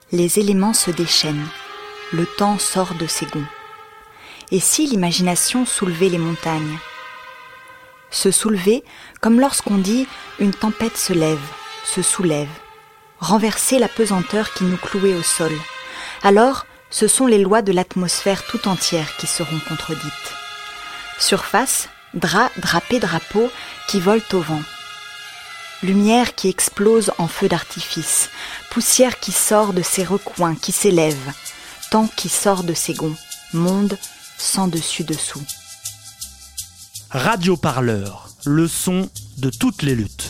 Les éléments se déchaînent, le temps sort de ses gonds. Et si l'imagination soulevait les montagnes ? Se soulever, comme lorsqu'on dit « une tempête se lève, se soulève », renverser la pesanteur qui nous clouait au sol. Alors, ce sont les lois de l'atmosphère tout entière qui seront contredites. Surface, draps, drapés, drapeaux qui volent au vent. Lumière qui explose en feu d'artifice, poussière qui sort de ses recoins, qui s'élève, temps qui sort de ses gonds, monde sans dessus-dessous. Radio Parleur, le son de toutes les luttes.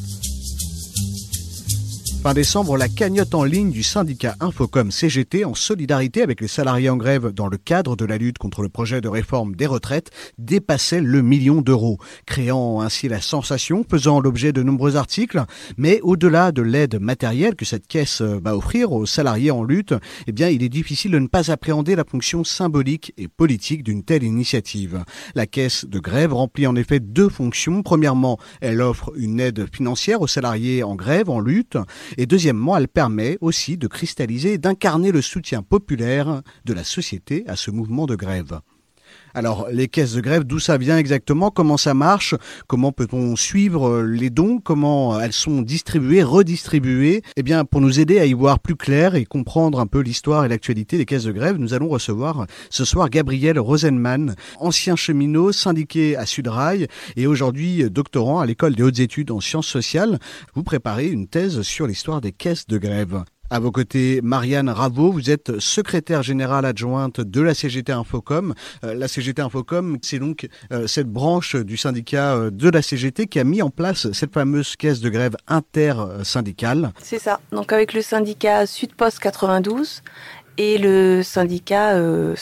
Fin décembre, la cagnotte en ligne du syndicat Infocom CGT, en solidarité avec les salariés en grève dans le cadre de la lutte contre le projet de réforme des retraites, dépassait le 1 million d'euros, créant ainsi la sensation, faisant l'objet de nombreux articles. Mais au-delà de l'aide matérielle que cette caisse va offrir aux salariés en lutte, il est difficile de ne pas appréhender la fonction symbolique et politique d'une telle initiative. La caisse de grève remplit en effet 2 fonctions. Premièrement, elle offre une aide financière aux salariés en grève, en lutte. Et deuxièmement, elle permet aussi de cristalliser et d'incarner le soutien populaire de la société à ce mouvement de grève. Alors, les caisses de grève, d'où ça vient exactement? Comment ça marche? Comment peut-on suivre les dons? Comment elles sont distribuées, redistribuées? Pour nous aider à y voir plus clair et comprendre un peu l'histoire et l'actualité des caisses de grève, nous allons recevoir ce soir Gabriel Rosenman, ancien cheminot syndiqué à Sudrail et aujourd'hui doctorant à l'École des hautes études en sciences sociales. Vous préparez une thèse sur l'histoire des caisses de grève. À vos côtés, Marianne Raveau, vous êtes secrétaire générale adjointe de la CGT Infocom. La CGT Infocom, c'est donc cette branche du syndicat de la CGT qui a mis en place cette fameuse caisse de grève intersyndicale. C'est ça, donc avec le syndicat Sud-Post 92 et le syndicat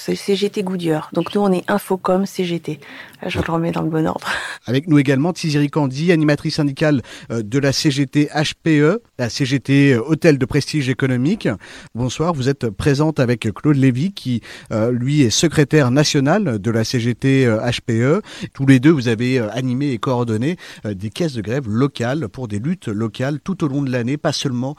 CGT Goodyear. Donc nous, on est Infocom CGT. Là, je le remets dans le bon ordre. Avec nous également Tiziri Kandi, animatrice syndicale de la CGT HPE, la CGT Hôtel de Prestige Économique. Bonsoir, vous êtes présente avec Claude Lévy qui, lui, est secrétaire national de la CGT HPE. Tous les deux, vous avez animé et coordonné des caisses de grève locales pour des luttes locales tout au long de l'année, pas seulement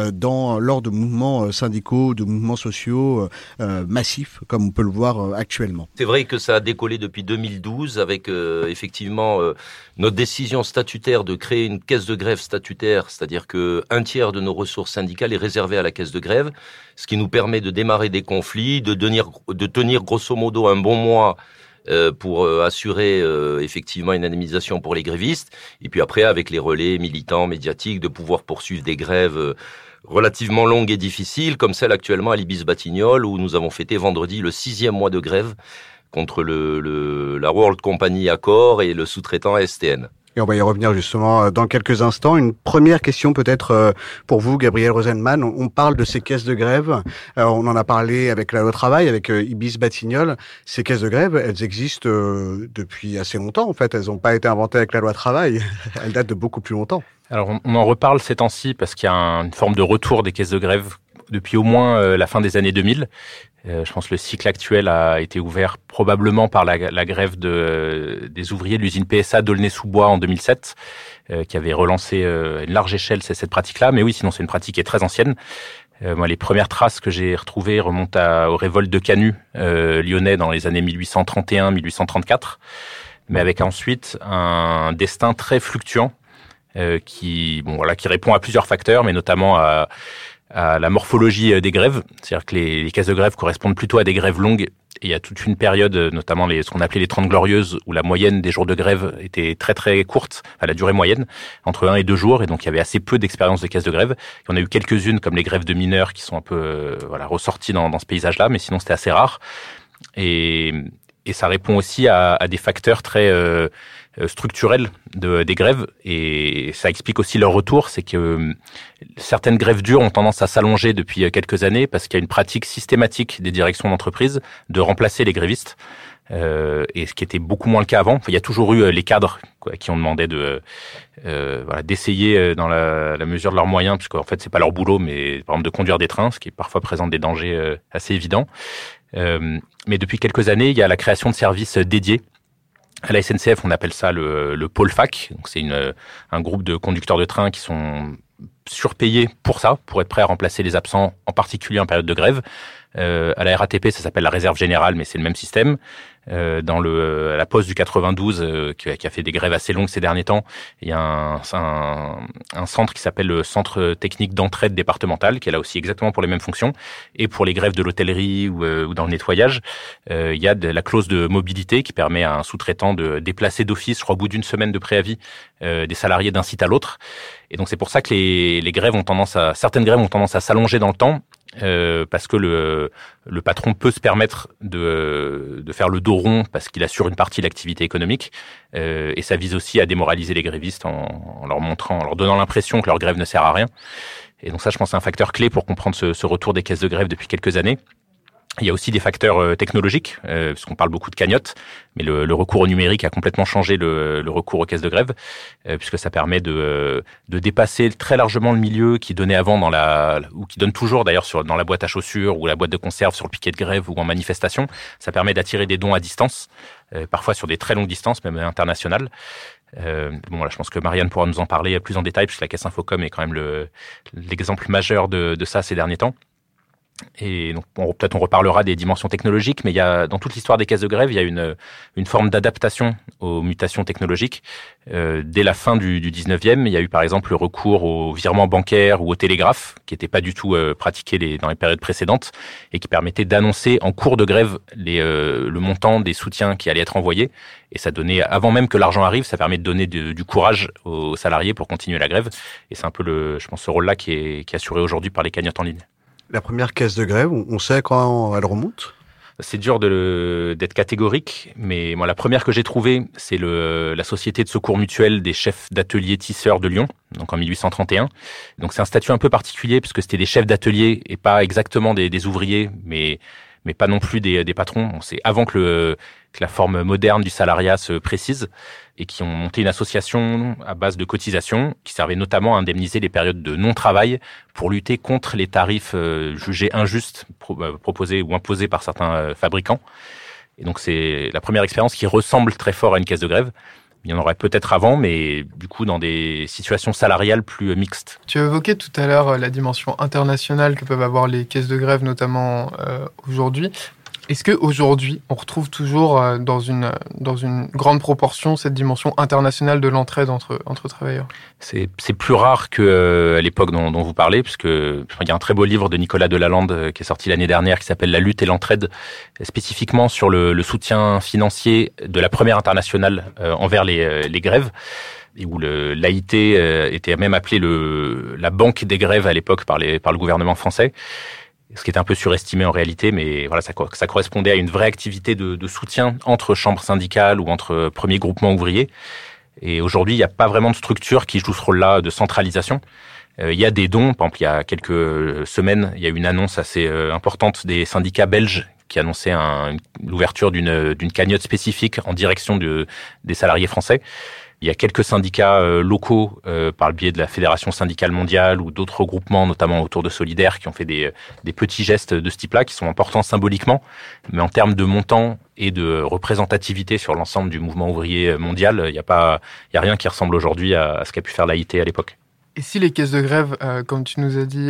lors de mouvements syndicaux, de mouvements sociaux massifs, comme on peut le voir actuellement. C'est vrai que ça a décollé depuis 2012 avec effectivement notre décision statutaire de créer une caisse de grève statutaire, c'est-à-dire qu'un tiers de nos ressources syndicales est réservé à la caisse de grève, ce qui nous permet de démarrer des conflits, de tenir grosso modo un bon mois pour assurer effectivement une indemnisation pour les grévistes, et puis après avec les relais militants, médiatiques, de pouvoir poursuivre des grèves relativement longues et difficiles, comme celle actuellement à l'Ibis-Batignolles, où nous avons fêté vendredi le 6e mois de grève contre la World Company Accor et le sous-traitant STN. Et on va y revenir justement dans quelques instants. Une première question peut-être pour vous, Gabriel Rosenman. On parle de ces caisses de grève. On en a parlé avec la loi travail, avec Ibis-Batignolles. Ces caisses de grève, elles existent depuis assez longtemps en fait. Elles n'ont pas été inventées avec la loi travail. Elles datent de beaucoup plus longtemps. Alors on en reparle ces temps-ci parce qu'il y a une forme de retour des caisses de grève depuis au moins la fin des années 2000. Je pense que le cycle actuel a été ouvert probablement par la grève des ouvriers de l'usine PSA d'Aulnay-sous-Bois en 2007, qui avait relancé à une large échelle cette pratique-là. Mais oui, sinon c'est une pratique qui est très ancienne. Moi, les premières traces que j'ai retrouvées remontent aux révoltes de Canut lyonnais dans les années 1831-1834, mais avec ensuite un destin très fluctuant qui répond à plusieurs facteurs, mais notamment à la morphologie des grèves. C'est-à-dire que les caisses de grève correspondent plutôt à des grèves longues. Et il y a toute une période, notamment ce qu'on appelait les 30 glorieuses, où la moyenne des jours de grève était très très courte, à la durée moyenne, entre 1 et 2 jours. Et donc il y avait assez peu d'expérience de caisses de grève. Et on a eu quelques-unes, comme les grèves de mineurs, qui sont un peu ressorties dans ce paysage-là, mais sinon c'était assez rare. Et ça répond aussi à des facteurs très structurels des grèves, et ça explique aussi leur retour. C'est que certaines grèves dures ont tendance à s'allonger depuis quelques années parce qu'il y a une pratique systématique des directions d'entreprise de remplacer les grévistes, et ce qui était beaucoup moins le cas avant. Enfin, il y a toujours eu les cadres qui ont demandé d'essayer dans la mesure de leurs moyens, puisqu'en fait c'est pas leur boulot, mais par exemple de conduire des trains, ce qui parfois présente des dangers assez évidents. Mais depuis quelques années, il y a la création de services dédiés. À la SNCF, on appelle ça le pôle fac. Donc c'est un groupe de conducteurs de train qui sont surpayés pour ça, pour être prêts à remplacer les absents, en particulier en période de grève. À la RATP, ça s'appelle la réserve générale, mais c'est le même système. Dans la Poste du 92, qui a fait des grèves assez longues ces derniers temps, il y a un centre qui s'appelle le Centre technique d'entraide départementale, qui est là aussi exactement pour les mêmes fonctions. Et pour les grèves de l'hôtellerie ou dans le nettoyage, il y a la clause de mobilité qui permet à un sous-traitant de déplacer d'office, je crois, au bout d'une semaine de préavis, des salariés d'un site à l'autre. Et donc c'est pour ça que les grèves certaines grèves ont tendance à s'allonger dans le temps. Parce que le patron peut se permettre de faire le dos rond parce qu'il assure une partie de l'activité économique, et ça vise aussi à démoraliser les grévistes en leur donnant l'impression que leur grève ne sert à rien. Et donc ça, je pense, c'est un facteur clé pour comprendre ce retour des caisses de grève depuis quelques années. Il y a aussi des facteurs technologiques, parce qu'on parle beaucoup de cagnottes, mais le recours au numérique a complètement changé le recours aux caisses de grève, puisque ça permet de dépasser très largement le milieu qui donnait avant ou qui donne toujours d'ailleurs dans la boîte à chaussures ou la boîte de conserve sur le piquet de grève ou en manifestation. Ça permet d'attirer des dons à distance, parfois sur des très longues distances, même internationales. Voilà, je pense que Marianne pourra nous en parler plus en détail, puisque la Caisse Infocom est quand même l'exemple majeur de ça ces derniers temps. Et donc, peut-être on reparlera des dimensions technologiques, mais dans toute l'histoire des caisses de grève, il y a une forme d'adaptation aux mutations technologiques. Dès la fin du 19e, il y a eu par exemple le recours au virement bancaire ou au télégraphe, qui n'était pas du tout pratiqué dans les périodes précédentes, et qui permettait d'annoncer en cours de grève le montant des soutiens qui allaient être envoyés. Et ça donnait, avant même que l'argent arrive, ça permet de donner du courage aux salariés pour continuer la grève. Et c'est un peu je pense, ce rôle-là qui est assuré aujourd'hui par les cagnottes en ligne. La première caisse de grève, on sait quand elle remonte ? C'est dur d'être catégorique, mais moi, la première que j'ai trouvée, c'est la Société de secours mutuel des chefs d'atelier tisseurs de Lyon, donc en 1831. Donc c'est un statut un peu particulier, puisque c'était des chefs d'atelier et pas exactement des ouvriers, mais pas non plus des patrons. Bon, c'est avant que la forme moderne du salariat se précise, et qui ont monté une association à base de cotisations qui servait notamment à indemniser les périodes de non-travail pour lutter contre les tarifs jugés injustes proposés ou imposés par certains fabricants. Et donc c'est la première expérience qui ressemble très fort à une caisse de grève. Il y en aurait peut-être avant, mais du coup dans des situations salariales plus mixtes. Tu as évoqué tout à l'heure la dimension internationale que peuvent avoir les caisses de grève, notamment aujourd'hui. Est-ce qu'aujourd'hui, on retrouve toujours dans une grande proportion cette dimension internationale de l'entraide entre travailleurs ? C'est plus rare qu'à l'époque dont vous parlez, puisque il y a un très beau livre de Nicolas Delalande qui est sorti l'année dernière qui s'appelle « La lutte et l'entraide », spécifiquement sur le soutien financier de la première internationale envers les grèves, et où l'AIT était même appelée la banque des grèves à l'époque par le gouvernement français. Ce qui était un peu surestimé en réalité, mais voilà, ça correspondait à une vraie activité de soutien entre chambres syndicales ou entre premiers groupements ouvriers. Et aujourd'hui, il n'y a pas vraiment de structure qui joue ce rôle-là de centralisation. Il y a des dons. Par exemple, il y a quelques semaines, il y a eu une annonce assez importante des syndicats belges qui annonçaient l'ouverture d'une cagnotte spécifique en direction des salariés français. Il y a quelques syndicats locaux par le biais de la Fédération syndicale mondiale ou d'autres regroupements, notamment autour de Solidaire, qui ont fait des petits gestes de ce type-là, qui sont importants symboliquement, mais en termes de montant et de représentativité sur l'ensemble du mouvement ouvrier mondial, il y a rien qui ressemble aujourd'hui à ce qu'a pu faire l'AIT à l'époque. Et si les caisses de grève, comme tu nous as dit,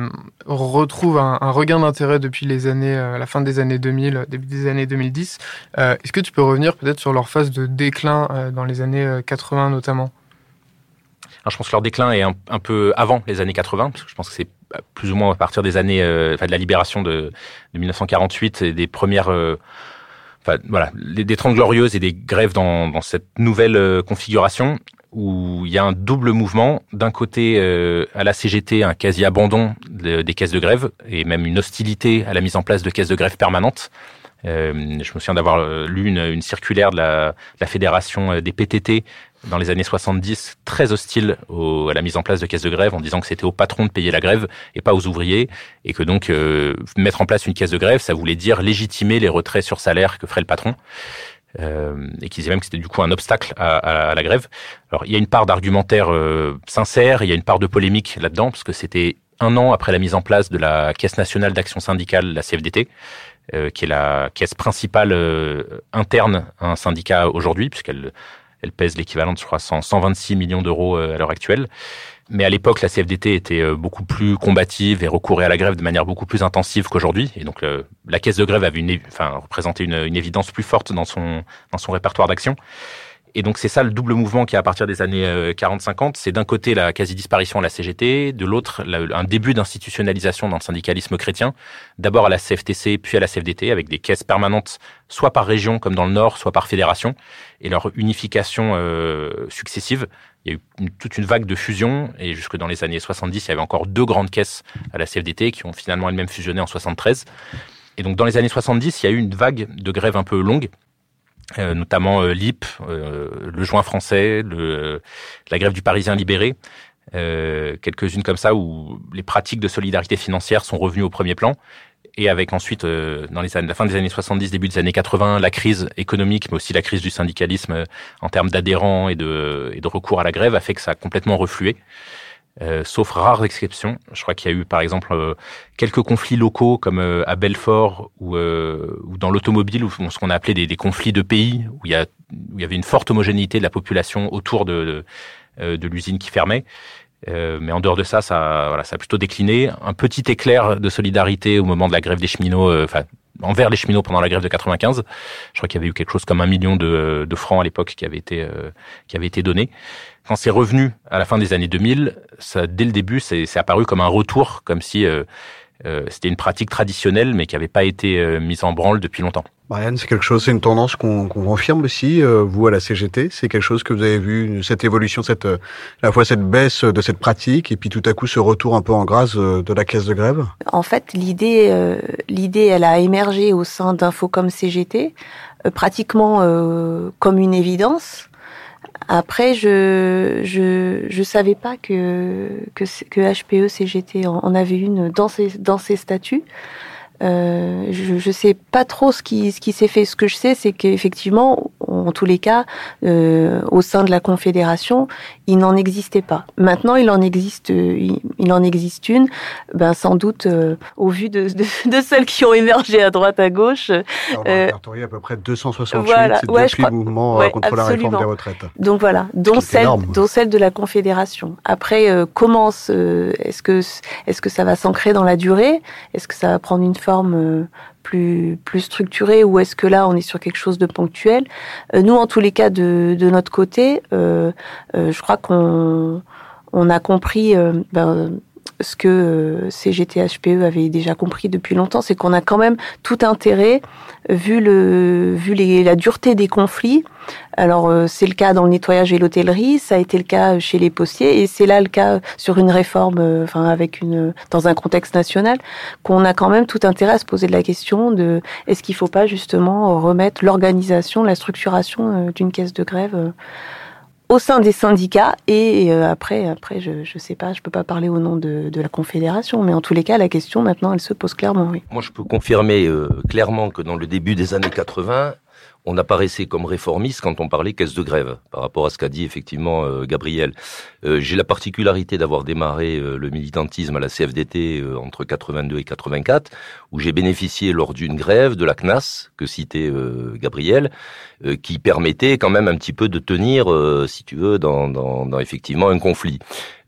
retrouvent un regain d'intérêt depuis la fin des années 2000, début des années 2010, est-ce que tu peux revenir peut-être sur leur phase de déclin dans les années 80 notamment ? Alors, je pense que leur déclin est un peu avant les années 80, parce que je pense que c'est plus ou moins à partir des années, de la libération de 1948 et des premières... des 30 glorieuses et des grèves dans cette nouvelle configuration, où il y a un double mouvement. D'un côté, à la CGT, un quasi-abandon des caisses de grève, et même une hostilité à la mise en place de caisses de grève permanentes. Je me souviens d'avoir lu une circulaire de la fédération des PTT dans les années 70, très hostile à la mise en place de caisses de grève, en disant que c'était aux patrons de payer la grève et pas aux ouvriers, et que donc mettre en place une caisse de grève, ça voulait dire légitimer les retraits sur salaire que ferait le patron. Et qui disaient même que c'était du coup un obstacle à la grève. Alors il y a une part d'argumentaire sincère, il y a une part de polémique là-dedans, parce que c'était 1 an après la mise en place de la Caisse nationale d'action syndicale, la CFDT, qui est la caisse principale interne à un syndicat aujourd'hui, puisqu'elle Elle pèse l'équivalent de, je crois, 126 millions d'euros à l'heure actuelle. Mais à l'époque, la CFDT était beaucoup plus combative et recourait à la grève de manière beaucoup plus intensive qu'aujourd'hui. Et donc, la caisse de grève avait représentait une évidence plus forte dans son répertoire d'action. Et donc, c'est ça le double mouvement qui, à partir des années 40-50, c'est d'un côté la quasi-disparition de la CGT, de l'autre un début d'institutionnalisation dans le syndicalisme chrétien, d'abord à la CFTC, puis à la CFDT, avec des caisses permanentes, soit par région comme dans le Nord, soit par fédération, et leur unification successive. Il y a eu toute une vague de fusions, et jusque dans les années 70, il y avait encore 2 grandes caisses à la CFDT qui ont finalement elles-mêmes fusionné en 73. Et donc, dans les années 70, il y a eu une vague de grèves un peu longue, notamment l'IP, le Joint français, la grève du Parisien libéré, quelques-unes comme ça où les pratiques de solidarité financière sont revenues au premier plan. Et avec ensuite, dans la fin des années 70, début des années 80, la crise économique, mais aussi la crise du syndicalisme en termes d'adhérents et de recours à la grève a fait que ça a complètement reflué. Sauf rares exceptions. Je crois qu'il y a eu, par exemple, quelques conflits locaux comme à Belfort ou dans l'automobile, ou ce qu'on a appelé des conflits de pays, où il y avait une forte homogénéité de la population autour de l'usine qui fermait. Mais en dehors de ça, ça a plutôt décliné. Un petit éclair de solidarité au moment de la grève des cheminots, envers les cheminots pendant la grève de 95. Je crois qu'il y avait eu quelque chose comme 1 million de francs à l'époque qui avait été donné. Quand c'est revenu à la fin des années 2000, ça, dès le début, c'est apparu comme un retour, comme si c'était une pratique traditionnelle, mais qui n'avait pas été mise en branle depuis longtemps. Marianne, c'est une tendance qu'on confirme aussi, vous à la CGT. C'est quelque chose que vous avez vu, cette évolution, à la fois cette baisse de cette pratique, et puis tout à coup ce retour un peu en grâce de la caisse de grève. En fait, l'idée, elle a émergé au sein d'Infocom CGT, pratiquement comme une évidence. Après, je savais pas que HPE CGT en avait une dans ses statuts. Je sais pas trop ce qui s'est fait. Ce que je sais, c'est qu'effectivement, en tous les cas, au sein de la Confédération, il n'en existait pas. Maintenant, il en existe une. Sans doute, au vu de celles qui ont émergé à droite, à gauche. On a répertorié à peu près 268. C'est depuis le mouvement contre la réforme des retraites. Donc voilà, dont celle de la Confédération. Après, est-ce que ça va s'ancrer dans la durée? Est-ce que ça va prendre une forme plus structurée, ou est-ce que là on est sur quelque chose de ponctuel? Nous, en tous les cas, de notre côté, je crois qu'on a compris ce que CGT HPE avait déjà compris depuis longtemps, c'est qu'on a quand même tout intérêt, vu la dureté des conflits. Alors c'est le cas dans le nettoyage et l'hôtellerie, ça a été le cas chez les postiers, et c'est là le cas sur une réforme, dans un contexte national, qu'on a quand même tout intérêt à se poser de la question de est-ce qu'il ne faut pas justement remettre l'organisation, la structuration d'une caisse de grève au sein des syndicats, et après je sais pas, je peux pas parler au nom de la Confédération, mais en tous les cas la question maintenant elle se pose clairement, oui. Moi je peux confirmer clairement que dans le début des années 80, on apparaissait comme réformiste quand on parlait caisse de grève, par rapport à ce qu'a dit effectivement Gabriel. J'ai la particularité d'avoir démarré le militantisme à la CFDT entre 82 et 84, où j'ai bénéficié lors d'une grève de la CNAS, que citait Gabriel, qui permettait quand même un petit peu de tenir, si tu veux, dans effectivement un conflit.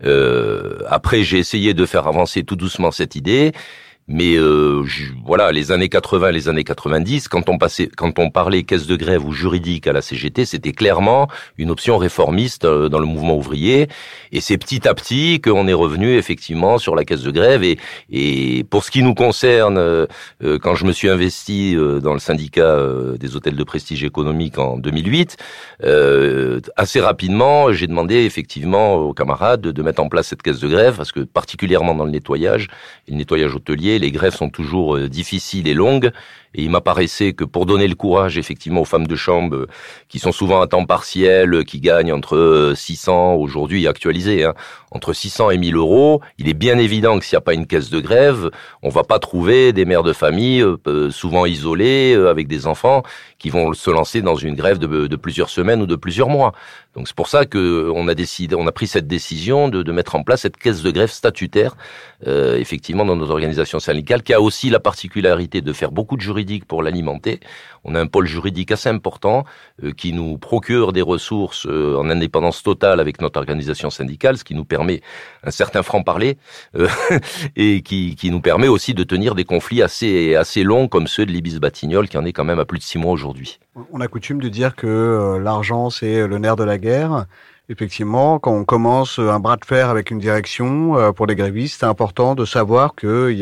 Après, j'ai essayé de faire avancer tout doucement cette idée. Mais voilà, les années 80, les années 90, quand on parlait caisse de grève ou juridique à la CGT, c'était clairement une option réformiste dans le mouvement ouvrier. Et c'est petit à petit qu'on est revenu effectivement sur la caisse de grève. Et pour ce qui nous concerne, quand je me suis investi dans le syndicat des hôtels de prestige économique en 2008, assez rapidement, j'ai demandé effectivement aux camarades de mettre en place cette caisse de grève, parce que particulièrement dans le nettoyage hôtelier, les grèves sont toujours difficiles et longues, et il m'apparaissait que pour donner le courage effectivement aux femmes de chambre qui sont souvent à temps partiel, qui gagnent entre 600, aujourd'hui actualisé, entre 600 et 1000 euros, il est bien évident que s'il n'y a pas une caisse de grève, on va pas trouver des mères de famille souvent isolées avec des enfants qui vont se lancer dans une grève de plusieurs semaines ou de plusieurs mois. Donc c'est pour ça que on a pris cette décision de mettre en place cette caisse de grève statutaire, effectivement dans notre organisation syndicale, qui a aussi la particularité de faire beaucoup de juridique juridique pour l'alimenter. On a un pôle juridique assez important qui nous procure des ressources en indépendance totale avec notre organisation syndicale, ce qui nous permet un certain franc-parler et qui nous permet aussi de tenir des conflits assez longs comme ceux de l'Ibis-Batignolles, qui en est quand même à plus de 6 mois aujourd'hui. On a coutume de dire que l'argent, c'est le nerf de la guerre. Effectivement, quand on commence un bras de fer avec une direction, pour les grévistes, c'est important de savoir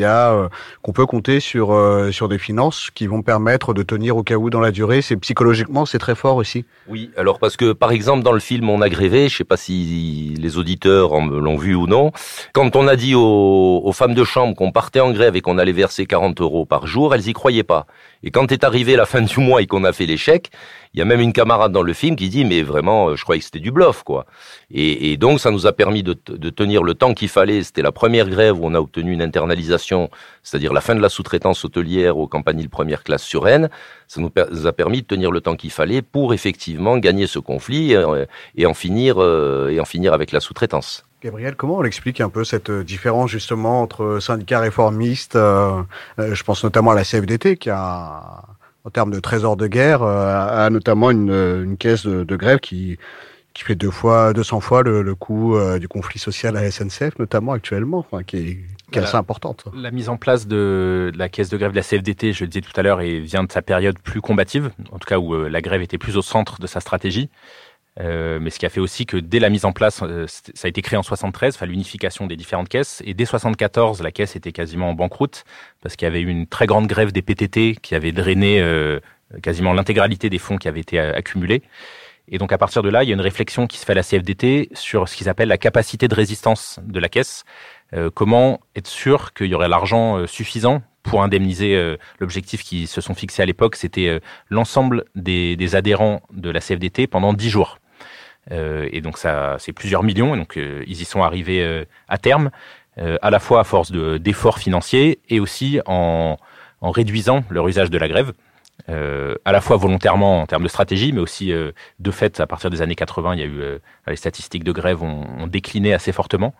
qu'on peut compter sur des finances qui vont permettre de tenir au cas où dans la durée. Psychologiquement, c'est très fort aussi. Oui, alors parce que par exemple dans le film On a grévé, je sais pas si les auditeurs l'ont vu ou non, quand on a dit aux femmes de chambre qu'on partait en grève et qu'on allait verser 40 € par jour, elles y croyaient pas. Et quand est arrivé la fin du mois et qu'on a fait l'échec, il y a même une camarade dans le film qui dit mais vraiment je croyais que c'était du bluff quoi. Et donc ça nous a permis de tenir le temps qu'il fallait. C'était la première grève où on a obtenu une internalisation, c'est-à-dire la fin de la sous-traitance hôtelière aux campaniles première classe sur Rennes. Ça nous a permis de tenir le temps qu'il fallait pour effectivement gagner ce conflit et en finir avec la sous-traitance. Gabriel, comment on explique un peu cette différence justement entre syndicats réformistes, je pense notamment à la CFDT qui a, en termes de trésor de guerre, a notamment une caisse de grève qui fait 200 fois le coût du conflit social à la SNCF, notamment actuellement, qui est assez importante. La mise en place de la caisse de grève de la CFDT, je le disais tout à l'heure, vient de sa période plus combative, en tout cas où la grève était plus au centre de sa stratégie. Mais ce qui a fait aussi que dès la mise en place, ça a été créé en 73, l'unification des différentes caisses, et dès 74, la caisse était quasiment en banqueroute parce qu'il y avait eu une très grande grève des PTT qui avait drainé quasiment l'intégralité des fonds qui avaient été accumulés. Et donc à partir de là, il y a une réflexion qui se fait à la CFDT sur ce qu'ils appellent la capacité de résistance de la caisse. Comment être sûr qu'il y aurait l'argent suffisant pour indemniser l'objectif qui se sont fixés à l'époque, c'était l'ensemble des adhérents de la CFDT pendant 10 jours. Et donc ça, c'est plusieurs millions, et donc ils y sont arrivés à terme, à la fois à force d'efforts financiers et aussi en réduisant leur usage de la grève. À la fois volontairement en termes de stratégie, mais aussi de fait, à partir des années 80, il y a eu les statistiques de grève ont décliné assez fortement.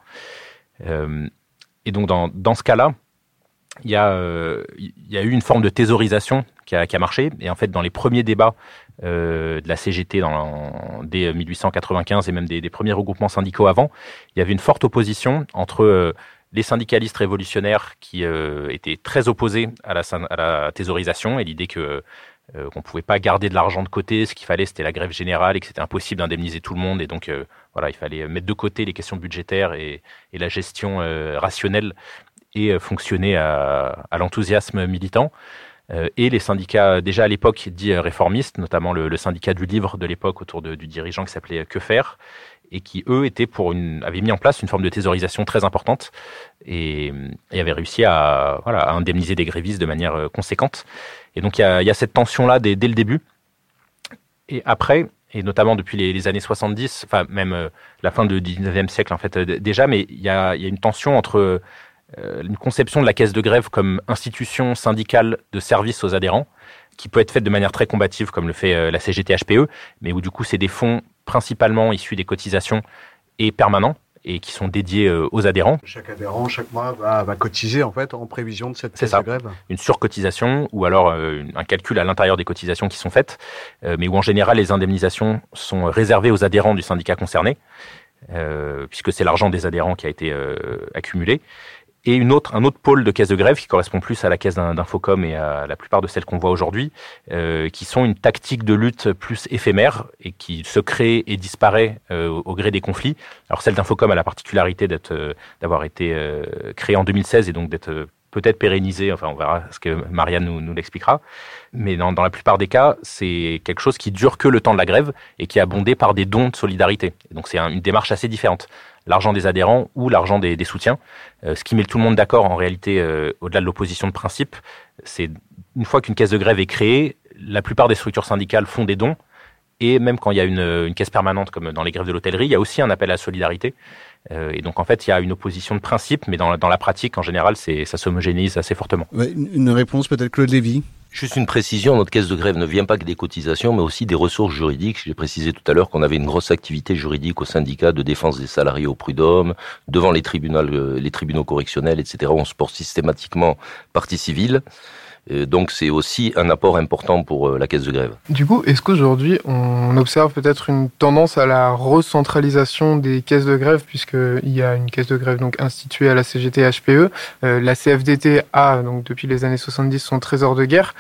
Et donc dans ce cas-là, il y a eu une forme de thésaurisation qui a marché. Et en fait, dans les premiers débats de la CGT dès 1895 et même des premiers regroupements syndicaux avant, il y avait une forte opposition entre les syndicalistes révolutionnaires qui étaient très opposés à la thésaurisation et l'idée qu'on pouvait pas garder de l'argent de côté, ce qu'il fallait c'était la grève générale et que c'était impossible d'indemniser tout le monde et donc il fallait mettre de côté les questions budgétaires et la gestion rationnelle et fonctionner à l'enthousiasme militant. Et les syndicats déjà à l'époque dits réformistes, notamment le syndicat du livre de l'époque autour du dirigeant qui s'appelait Que Faire, et qui, eux, avaient mis en place une forme de thésaurisation très importante et avaient réussi à indemniser des grévistes de manière conséquente. Et donc, il y a cette tension-là dès le début. Et après, et notamment depuis les années 70, même la fin du 19e siècle, en fait, déjà, mais il y a une tension entre une conception de la caisse de grève comme institution syndicale de service aux adhérents, qui peut être faite de manière très combative, comme le fait la CGT-HPE, mais où du coup, c'est des fonds principalement issus des cotisations et permanents, et qui sont dédiés aux adhérents. Chaque adhérent, chaque mois, va cotiser en fait en prévision de cette caisse de grève. Une surcotisation ou alors un calcul à l'intérieur des cotisations qui sont faites, mais où en général les indemnisations sont réservées aux adhérents du syndicat concerné, puisque c'est l'argent des adhérents qui a été accumulé. Et un autre pôle de caisse de grève qui correspond plus à la caisse d'Infocom et à la plupart de celles qu'on voit aujourd'hui, qui sont une tactique de lutte plus éphémère et qui se crée et disparaît au gré des conflits. Alors celle d'Infocom a la particularité d'avoir été créée en 2016 et donc d'être peut-être pérennisée, on verra ce que Marianne nous l'expliquera. Mais dans la plupart des cas, c'est quelque chose qui dure que le temps de la grève et qui est abondé par des dons de solidarité. Et donc c'est une démarche assez différente. L'argent des adhérents ou l'argent des soutiens. Ce qui met tout le monde d'accord en réalité, au-delà de l'opposition de principe, c'est une fois qu'une caisse de grève est créée, la plupart des structures syndicales font des dons. Et même quand il y a une caisse permanente, comme dans les grèves de l'hôtellerie, il y a aussi un appel à la solidarité. Et donc en fait, il y a une opposition de principe, mais dans la pratique, en général, ça s'homogénéise assez fortement. Ouais, une réponse peut-être, Claude Lévy. Juste une précision, notre caisse de grève ne vient pas que des cotisations, mais aussi des ressources juridiques. J'ai précisé tout à l'heure qu'on avait une grosse activité juridique au syndicat de défense des salariés au prud'homme, devant les tribunaux correctionnels, etc. On se porte systématiquement partie civile. Donc c'est aussi un apport important pour la caisse de grève. Du coup, est-ce qu'aujourd'hui on observe peut-être une tendance à la recentralisation des caisses de grève, puisqu'il y a une caisse de grève donc instituée à la CGT HPE, la CFDT a donc depuis les années 70 son trésor de guerre.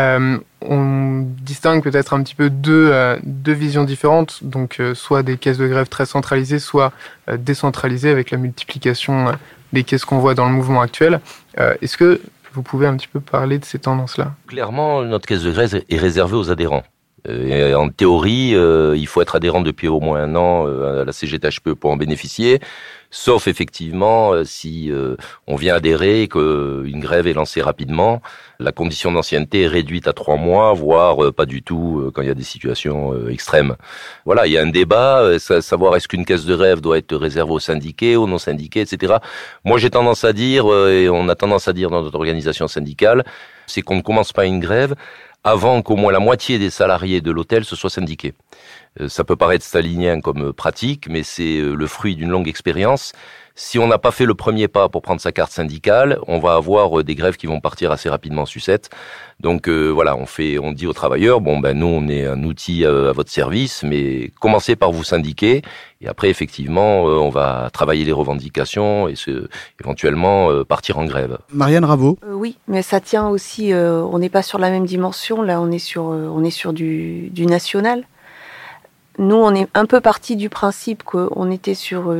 On distingue peut-être un petit peu deux visions différentes, donc soit des caisses de grève très centralisées, soit décentralisées avec la multiplication des caisses qu'on voit dans le mouvement actuel. Est-ce que vous pouvez un petit peu parler de ces tendances-là ? Clairement, notre caisse de grève est réservée aux adhérents. Et en théorie, il faut être adhérent depuis au moins 1 an à la CGT HPE pour en bénéficier, sauf effectivement si on vient adhérer et qu'une grève est lancée rapidement. La condition d'ancienneté est réduite à 3 mois, voire pas du tout quand il y a des situations extrêmes. Voilà, il y a un débat, savoir est-ce qu'une caisse de grève doit être réservée aux syndiqués, aux non-syndiqués, etc. Moi, j'ai tendance à dire, et on a tendance à dire dans notre organisation syndicale, c'est qu'on ne commence pas une grève avant qu'au moins la moitié des salariés de l'hôtel se soient syndiqués. Ça peut paraître stalinien comme pratique, mais c'est le fruit d'une longue expérience. Si on n'a pas fait le premier pas pour prendre sa carte syndicale, on va avoir des grèves qui vont partir assez rapidement en sucette. Donc voilà, on dit aux travailleurs, nous on est un outil à votre service, mais commencez par vous syndiquer, et après effectivement on va travailler les revendications et éventuellement partir en grève. Marianne Raveau. Oui, mais ça tient aussi, on n'est pas sur la même dimension, là on est sur du national. Nous on est un peu parti du principe qu'on était sur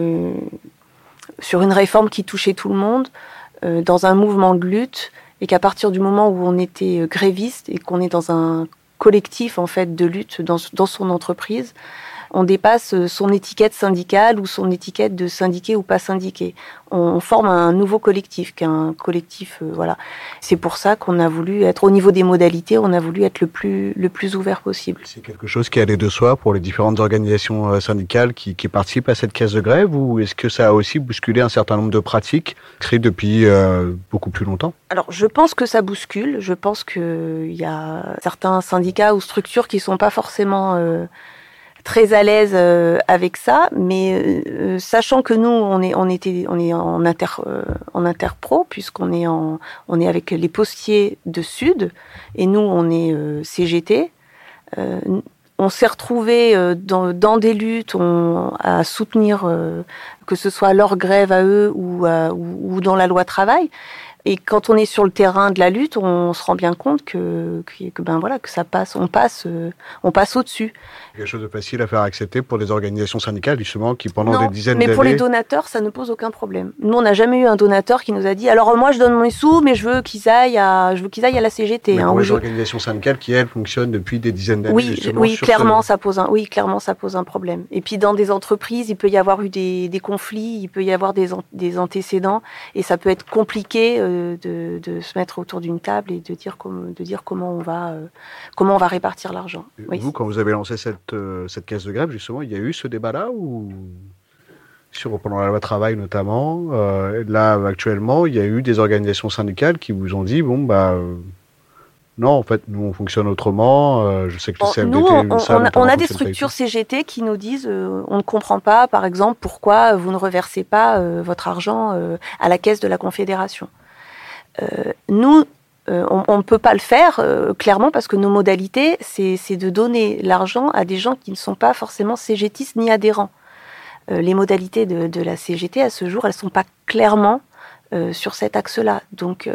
une réforme qui touchait tout le monde, dans un mouvement de lutte, et qu'à partir du moment où on était gréviste et qu'on est dans un collectif en fait de lutte dans son entreprise, on dépasse son étiquette syndicale ou son étiquette de syndiqué ou pas syndiqué. On forme un nouveau collectif, qu'un collectif, voilà. C'est pour ça qu'on a voulu être, au niveau des modalités, on a voulu être le plus ouvert possible. C'est quelque chose qui allait de soi pour les différentes organisations syndicales qui participent à cette caisse de grève, ou est-ce que ça a aussi bousculé un certain nombre de pratiques créées depuis beaucoup plus longtemps ? Alors, je pense que ça bouscule. Je pense qu'il y a certains syndicats ou structures qui sont pas forcément très à l'aise avec ça, mais sachant que nous on est en interpro, puisqu'on est avec les postiers de Sud, et nous on est CGT. On s'est retrouvés dans des luttes à soutenir que ce soit leur grève à eux ou dans la loi travail. Et quand on est sur le terrain de la lutte, on se rend bien compte que ça passe, on passe au-dessus. Quelque chose de facile à faire accepter pour des organisations syndicales, justement, qui pendant des dizaines d'années... mais pour les donateurs, ça ne pose aucun problème. Nous, on n'a jamais eu un donateur qui nous a dit « Alors moi, je donne mes sous, mais je veux qu'ils aillent à la CGT. » Mais pour les organisations syndicales qui, elles, fonctionnent depuis des dizaines d'années, clairement, ça pose un problème. Et puis, dans des entreprises, il peut y avoir eu des conflits, il peut y avoir des antécédents, et ça peut être compliqué de se mettre autour d'une table et de dire comment on va répartir l'argent. Vous, quand vous avez lancé cette caisse de grève, justement, il y a eu ce débat-là ou pendant la loi travail notamment, là actuellement, il y a eu des organisations syndicales qui vous ont dit non, en fait, nous on fonctionne autrement. Je sais que le CFDT, on a des structures CGT qui nous disent on ne comprend pas, par exemple, pourquoi vous ne reversez pas votre argent à la caisse de la Confédération. Nous, on ne peut pas le faire clairement parce que nos modalités, c'est de donner l'argent à des gens qui ne sont pas forcément CGTistes ni adhérents. Les modalités de la CGT à ce jour, elles ne sont pas clairement sur cet axe-là. Donc,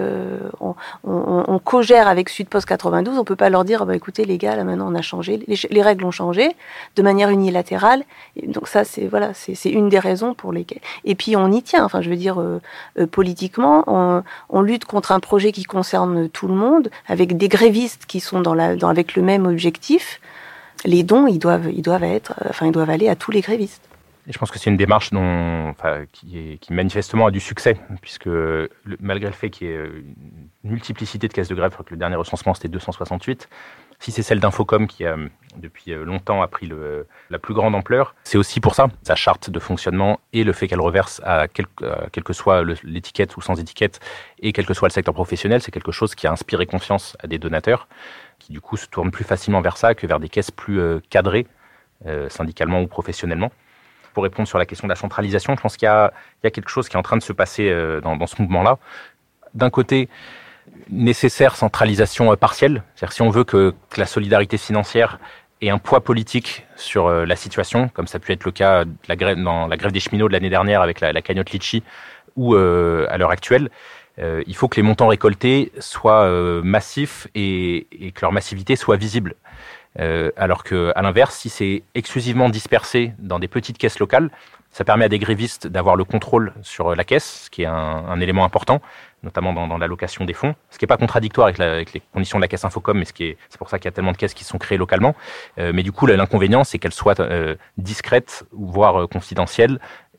on co-gère avec Sudpost 92. On peut pas leur dire, écoutez les gars, là maintenant on a changé, les règles ont changé de manière unilatérale. Et donc ça, c'est une des raisons pour lesquelles. Et puis on y tient. Enfin, je veux dire, politiquement, on lutte contre un projet qui concerne tout le monde, avec des grévistes qui sont avec le même objectif. Les dons, ils doivent aller à tous les grévistes. Et je pense que c'est une démarche qui manifestement a du succès, puisque malgré le fait qu'il y ait une multiplicité de caisses de grève, je crois que le dernier recensement c'était 268, si c'est celle d'Infocom qui a depuis longtemps a pris la plus grande ampleur, c'est aussi pour ça, sa charte de fonctionnement et le fait qu'elle reverse à quelle que soit l'étiquette ou sans étiquette, et quel que soit le secteur professionnel, c'est quelque chose qui a inspiré confiance à des donateurs, qui du coup se tournent plus facilement vers ça que vers des caisses plus cadrées, syndicalement ou professionnellement. Pour répondre sur la question de la centralisation, je pense qu'il y a quelque chose qui est en train de se passer dans ce mouvement-là. D'un côté, nécessaire centralisation partielle. C'est-à-dire si on veut que la solidarité financière ait un poids politique sur la situation, comme ça a pu être le cas dans la grève des cheminots de l'année dernière avec la cagnotte Litchi, ou à l'heure actuelle, il faut que les montants récoltés soient massifs et que leur massivité soit visible. Alors qu'à l'inverse, si c'est exclusivement dispersé dans des petites caisses locales, ça permet à des grévistes d'avoir le contrôle sur la caisse, ce qui est un élément important, notamment dans l'allocation des fonds, ce qui n'est pas contradictoire avec les conditions de la caisse Infocom, mais c'est pour ça qu'il y a tellement de caisses qui sont créées localement. Mais du coup, l'inconvénient, c'est qu'elles soient discrètes, voire confidentielles,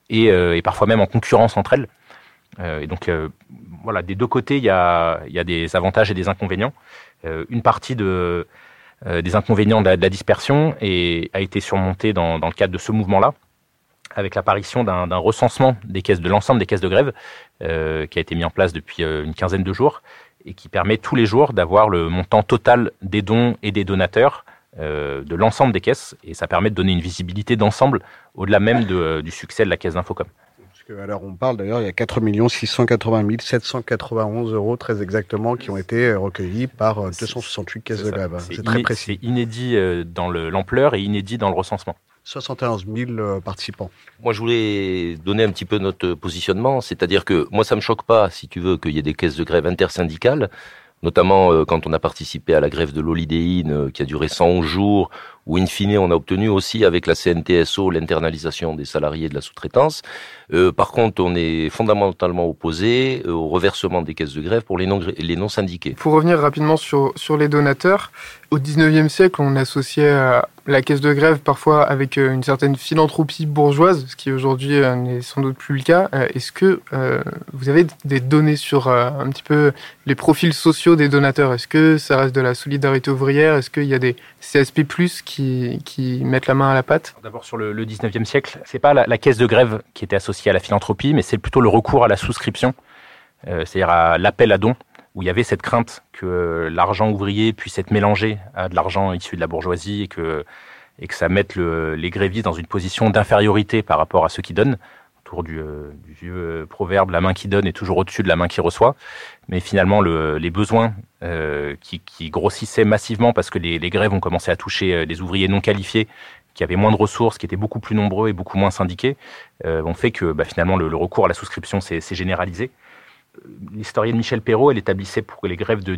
et parfois même en concurrence entre elles. Et donc, voilà, des deux côtés, il y a des avantages et des inconvénients. Une partie des inconvénients de la dispersion a été surmontée dans le cadre de ce mouvement-là, avec l'apparition d'un recensement de l'ensemble des caisses de grève qui a été mis en place depuis une quinzaine de jours et qui permet tous les jours d'avoir le montant total des dons et des donateurs de l'ensemble des caisses, et ça permet de donner une visibilité d'ensemble au-delà même du succès de la caisse d'Infocom. Alors on parle d'ailleurs, il y a 4 680 791 € très exactement qui ont été recueillis par 268 caisses de grève. C'est très précis. C'est inédit dans l'ampleur et inédit dans le recensement. 71 000 participants. Moi, je voulais donner un petit peu notre positionnement, c'est-à-dire que moi, ça me choque pas, si tu veux, qu'il y ait des caisses de grève intersyndicales, notamment quand on a participé à la grève de l'olydéine qui a duré 111 jours, où in fine on a obtenu aussi avec la CNTSO l'internalisation des salariés de la sous-traitance. Par contre, on est fondamentalement opposé au reversement des caisses de grève pour les non syndiqués. Pour revenir rapidement sur les donateurs, au 19e siècle, on associait la caisse de grève parfois avec une certaine philanthropie bourgeoise, ce qui aujourd'hui n'est sans doute plus le cas. Est-ce que vous avez des données sur un petit peu les profils sociaux des donateurs? Est-ce que ça reste de la solidarité ouvrière? Est-ce qu'il y a des CSP+, qui mettent la main à la pâte? D'abord, sur le 19e siècle, c'est pas la caisse de grève qui était associée à la philanthropie, mais c'est plutôt le recours à la souscription, c'est-à-dire à l'appel à dons, où il y avait cette crainte que l'argent ouvrier puisse être mélangé à de l'argent issu de la bourgeoisie et que ça mette les grévistes dans une position d'infériorité par rapport à ceux qui donnent, autour du vieux proverbe « la main qui donne est toujours au-dessus de la main qui reçoit ». Mais finalement, les besoins qui grossissaient massivement parce que les grèves ont commencé à toucher des ouvriers non qualifiés, qui avaient moins de ressources, qui étaient beaucoup plus nombreux et beaucoup moins syndiqués, ont fait que finalement le recours à la souscription s'est généralisé. L'historienne Michel Perrault, elle établissait pour les grèves de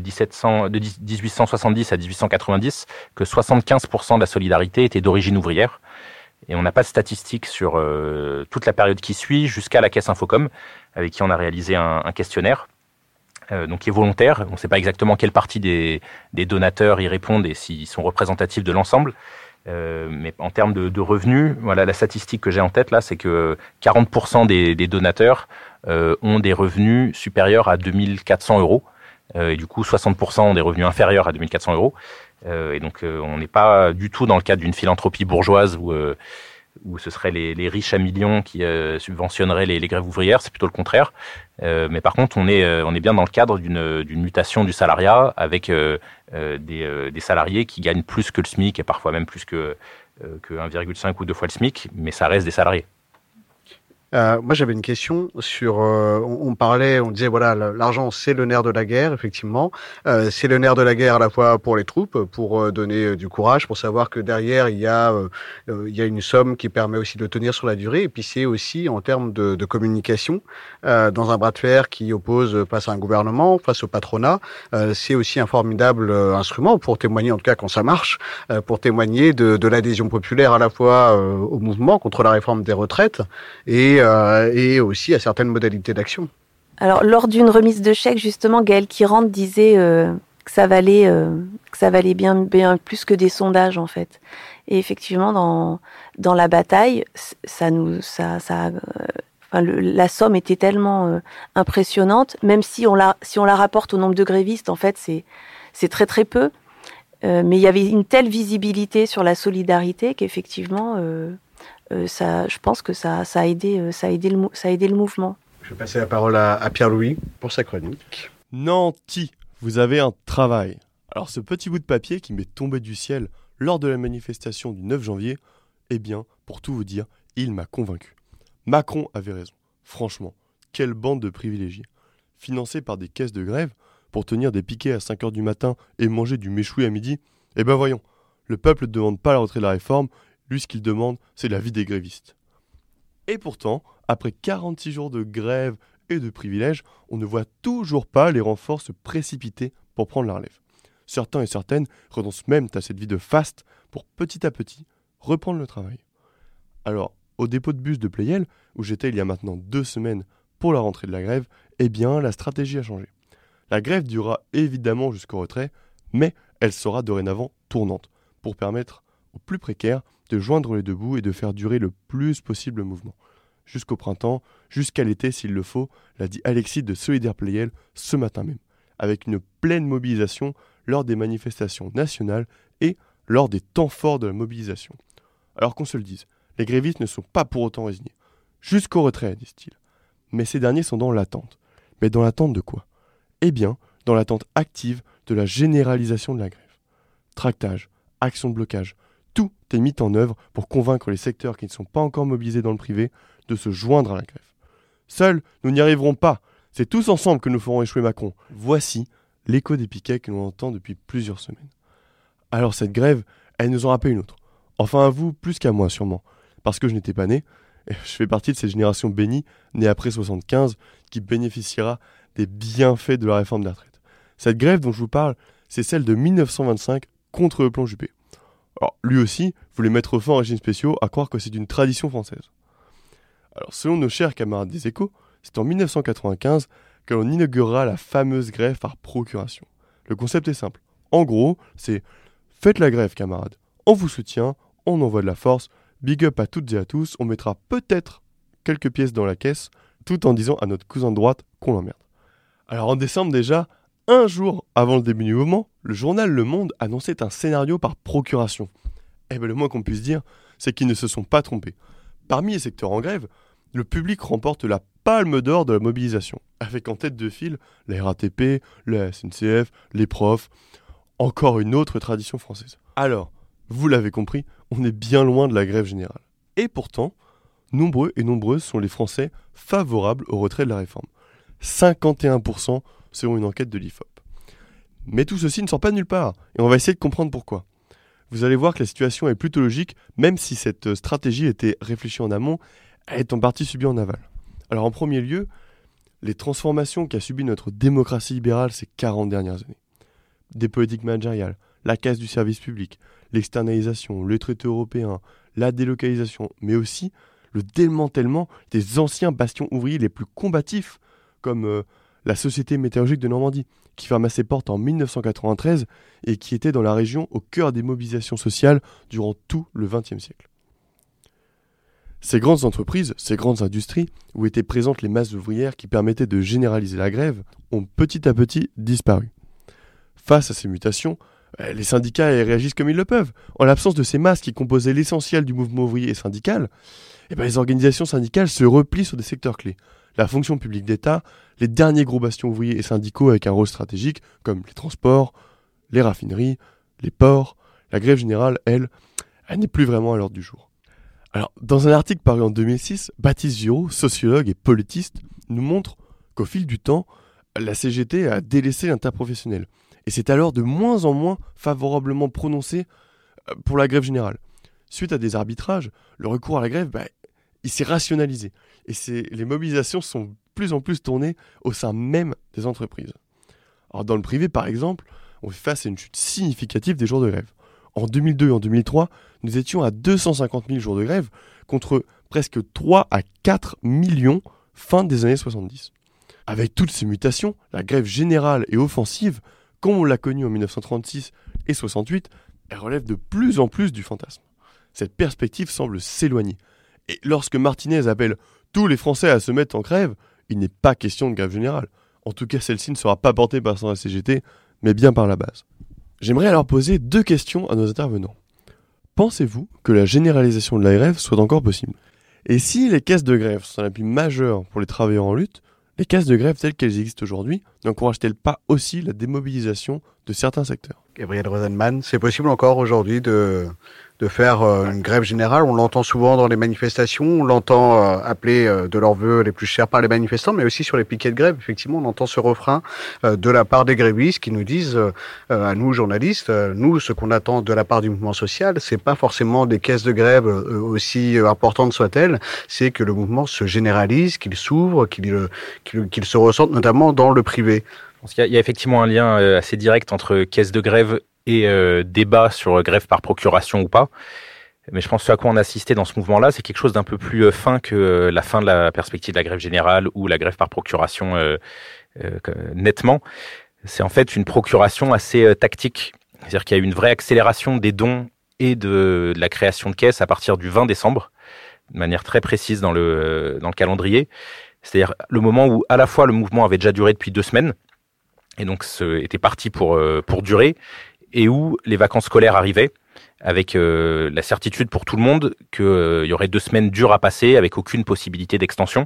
1870 à 1890 que 75% de la solidarité était d'origine ouvrière. Et on n'a pas de statistiques sur toute la période qui suit jusqu'à la caisse Infocom, avec qui on a réalisé un questionnaire, donc qui est volontaire. On ne sait pas exactement quelle partie des donateurs y répondent et s'ils sont représentatifs de l'ensemble. Mais en termes de revenus, voilà, la statistique que j'ai en tête là, c'est que 40% des donateurs ont des revenus supérieurs à 2400 €. Et du coup, 60% ont des revenus inférieurs à 2400 €. Et donc, on n'est pas du tout dans le cadre d'une philanthropie bourgeoise où ce seraient les riches à millions qui subventionneraient les grèves ouvrières. C'est plutôt le contraire. Mais par contre, on est bien dans le cadre d'une mutation du salariat avec des salariés qui gagnent plus que le SMIC et parfois même plus que 1,5 ou 2 fois le SMIC, mais ça reste des salariés. Moi, j'avais une question sur. On disait voilà, l'argent c'est le nerf de la guerre, effectivement. C'est le nerf de la guerre à la fois pour les troupes, pour donner du courage, pour savoir que derrière il y a une somme qui permet aussi de tenir sur la durée. Et puis c'est aussi en termes de communication dans un bras de fer qui oppose face à un gouvernement, face au patronat. C'est aussi un formidable instrument pour témoigner, en tout cas quand ça marche, pour témoigner de l'adhésion populaire à la fois au mouvement contre la réforme des retraites et aussi à certaines modalités d'action. Alors, lors d'une remise de chèque, justement, Gaël Kirand disait que ça valait bien plus que des sondages, en fait. Et effectivement, dans la bataille, la somme était tellement impressionnante, même si on la rapporte au nombre de grévistes, en fait, c'est très très peu. Mais il y avait une telle visibilité sur la solidarité qu'effectivement... je pense que ça a aidé le mouvement. Je vais passer la parole à Pierre-Louis pour sa chronique. Nanti, vous avez un travail. Alors ce petit bout de papier qui m'est tombé du ciel lors de la manifestation du 9 janvier, eh bien, pour tout vous dire, il m'a convaincu. Macron avait raison. Franchement, quelle bande de privilégiés. Financés par des caisses de grève, pour tenir des piquets à 5h du matin et manger du méchoui à midi? Eh ben voyons, le peuple ne demande pas la retrait de la réforme, lui ce qu'il demande, c'est la vie des grévistes. Et pourtant, après 46 jours de grève et de privilèges, on ne voit toujours pas les renforts se précipiter pour prendre la relève. Certains et certaines renoncent même à cette vie de faste pour petit à petit reprendre le travail. Alors, au dépôt de bus de Pleyel, où j'étais il y a maintenant 2 semaines pour la rentrée de la grève, eh bien, la stratégie a changé. La grève durera évidemment jusqu'au retrait, mais elle sera dorénavant tournante, pour permettre aux plus précaires de joindre les deux bouts et de faire durer le plus possible le mouvement. Jusqu'au printemps, jusqu'à l'été s'il le faut, l'a dit Alexis de Solidaire Pleyel ce matin même, avec une pleine mobilisation lors des manifestations nationales et lors des temps forts de la mobilisation. Alors qu'on se le dise, les grévistes ne sont pas pour autant résignés. Jusqu'au retrait, disent-ils. Mais ces derniers sont dans l'attente. Mais dans l'attente de quoi? Eh bien, dans l'attente active de la généralisation de la grève. Tractage, action de blocage, tout est mis en œuvre pour convaincre les secteurs qui ne sont pas encore mobilisés dans le privé de se joindre à la grève. Seuls, nous n'y arriverons pas. C'est tous ensemble que nous ferons échouer Macron. Voici l'écho des piquets que l'on entend depuis plusieurs semaines. Alors cette grève, elle nous en rappelle une autre. Enfin à vous, plus qu'à moi sûrement. Parce que je n'étais pas né, et je fais partie de cette génération bénie, née après 75, qui bénéficiera des bienfaits de la réforme des retraites. Cette grève dont je vous parle, c'est celle de 1925 contre le plan Juppé. Alors lui aussi voulait mettre fin aux régimes spéciaux, à croire que c'est une tradition française. Alors selon nos chers camarades des Échos, c'est en 1995 que l'on inaugurera la fameuse grève par procuration. Le concept est simple. En gros, c'est « Faites la grève, camarades. On vous soutient, on envoie de la force, big up à toutes et à tous, on mettra peut-être quelques pièces dans la caisse, tout en disant à notre cousin de droite qu'on l'emmerde. » Alors en décembre déjà, un jour avant le début du mouvement, le journal Le Monde annonçait un scénario par procuration. Eh bien le moins qu'on puisse dire, c'est qu'ils ne se sont pas trompés. Parmi les secteurs en grève, le public remporte la palme d'or de la mobilisation, avec en tête de file la RATP, la SNCF, les profs, encore une autre tradition française. Alors, vous l'avez compris, on est bien loin de la grève générale. Et pourtant, nombreux et nombreuses sont les Français favorables au retrait de la réforme. 51% selon une enquête de l'IFOP. Mais tout ceci ne sort pas de nulle part, et on va essayer de comprendre pourquoi. Vous allez voir que la situation est plutôt logique, même si cette stratégie était réfléchie en amont, elle est en partie subie en aval. Alors en premier lieu, les transformations qu'a subies notre démocratie libérale ces 40 dernières années. Des politiques managériales, la casse du service public, l'externalisation, le traité européen, la délocalisation, mais aussi le démantèlement des anciens bastions ouvriers les plus combatifs, comme la Société métallurgique de Normandie, qui ferma ses portes en 1993 et qui était dans la région au cœur des mobilisations sociales durant tout le XXe siècle. Ces grandes entreprises, ces grandes industries, où étaient présentes les masses ouvrières qui permettaient de généraliser la grève, ont petit à petit disparu. Face à ces mutations, les syndicats réagissent comme ils le peuvent. En l'absence de ces masses qui composaient l'essentiel du mouvement ouvrier et syndical, les organisations syndicales se replient sur des secteurs clés. La fonction publique d'État, les derniers gros bastions ouvriers et syndicaux avec un rôle stratégique, comme les transports, les raffineries, les ports. La grève générale, elle n'est plus vraiment à l'ordre du jour. Alors, dans un article paru en 2006, Baptiste Giraud, sociologue et politiste, nous montre qu'au fil du temps, la CGT a délaissé l'interprofessionnel. Et c'est alors de moins en moins favorablement prononcé pour la grève générale. Suite à des arbitrages, le recours à la grève, il s'est rationalisé. Et les mobilisations sont de plus en plus tournées au sein même des entreprises. Alors dans le privé, par exemple, on fait face à une chute significative des jours de grève. En 2002 et en 2003, nous étions à 250 000 jours de grève, contre presque 3 à 4 millions fin des années 70. Avec toutes ces mutations, la grève générale et offensive, comme on l'a connue en 1936 et 68, elle relève de plus en plus du fantasme. Cette perspective semble s'éloigner. Et lorsque Martinez appelle tous les Français à se mettre en grève, il n'est pas question de grève générale. En tout cas, celle-ci ne sera pas portée par la CGT, mais bien par la base. J'aimerais alors poser 2 questions à nos intervenants. Pensez-vous que la généralisation de la grève soit encore possible? Et si les caisses de grève sont un appui majeur pour les travailleurs en lutte, les caisses de grève telles qu'elles existent aujourd'hui n'encouragent-elles pas aussi la démobilisation de certains secteurs? Gabriel Rosenman, c'est possible encore aujourd'hui de faire une grève générale? On l'entend souvent dans les manifestations, on l'entend appeler de leurs vœux les plus chers par les manifestants, mais aussi sur les piquets de grève. Effectivement, on entend ce refrain de la part des grévistes qui nous disent à nous, journalistes, nous, ce qu'on attend de la part du mouvement social, c'est pas forcément des caisses de grève aussi importantes soient-elles, c'est que le mouvement se généralise, qu'il s'ouvre, qu'il se ressente notamment dans le privé. Je pense qu'il y a effectivement un lien assez direct entre caisse de grève et débat sur grève par procuration ou pas. Mais je pense que ce à quoi on a assisté dans ce mouvement-là, c'est quelque chose d'un peu plus fin que la fin de la perspective de la grève générale ou la grève par procuration nettement. C'est en fait une procuration assez tactique. C'est-à-dire qu'il y a eu une vraie accélération des dons et de la création de caisses à partir du 20 décembre, de manière très précise dans le calendrier. C'est-à-dire le moment où à la fois le mouvement avait déjà duré depuis 2 semaines, et donc était parti pour durer, et où les vacances scolaires arrivaient, avec la certitude pour tout le monde qu'il y aurait 2 semaines dures à passer, avec aucune possibilité d'extension.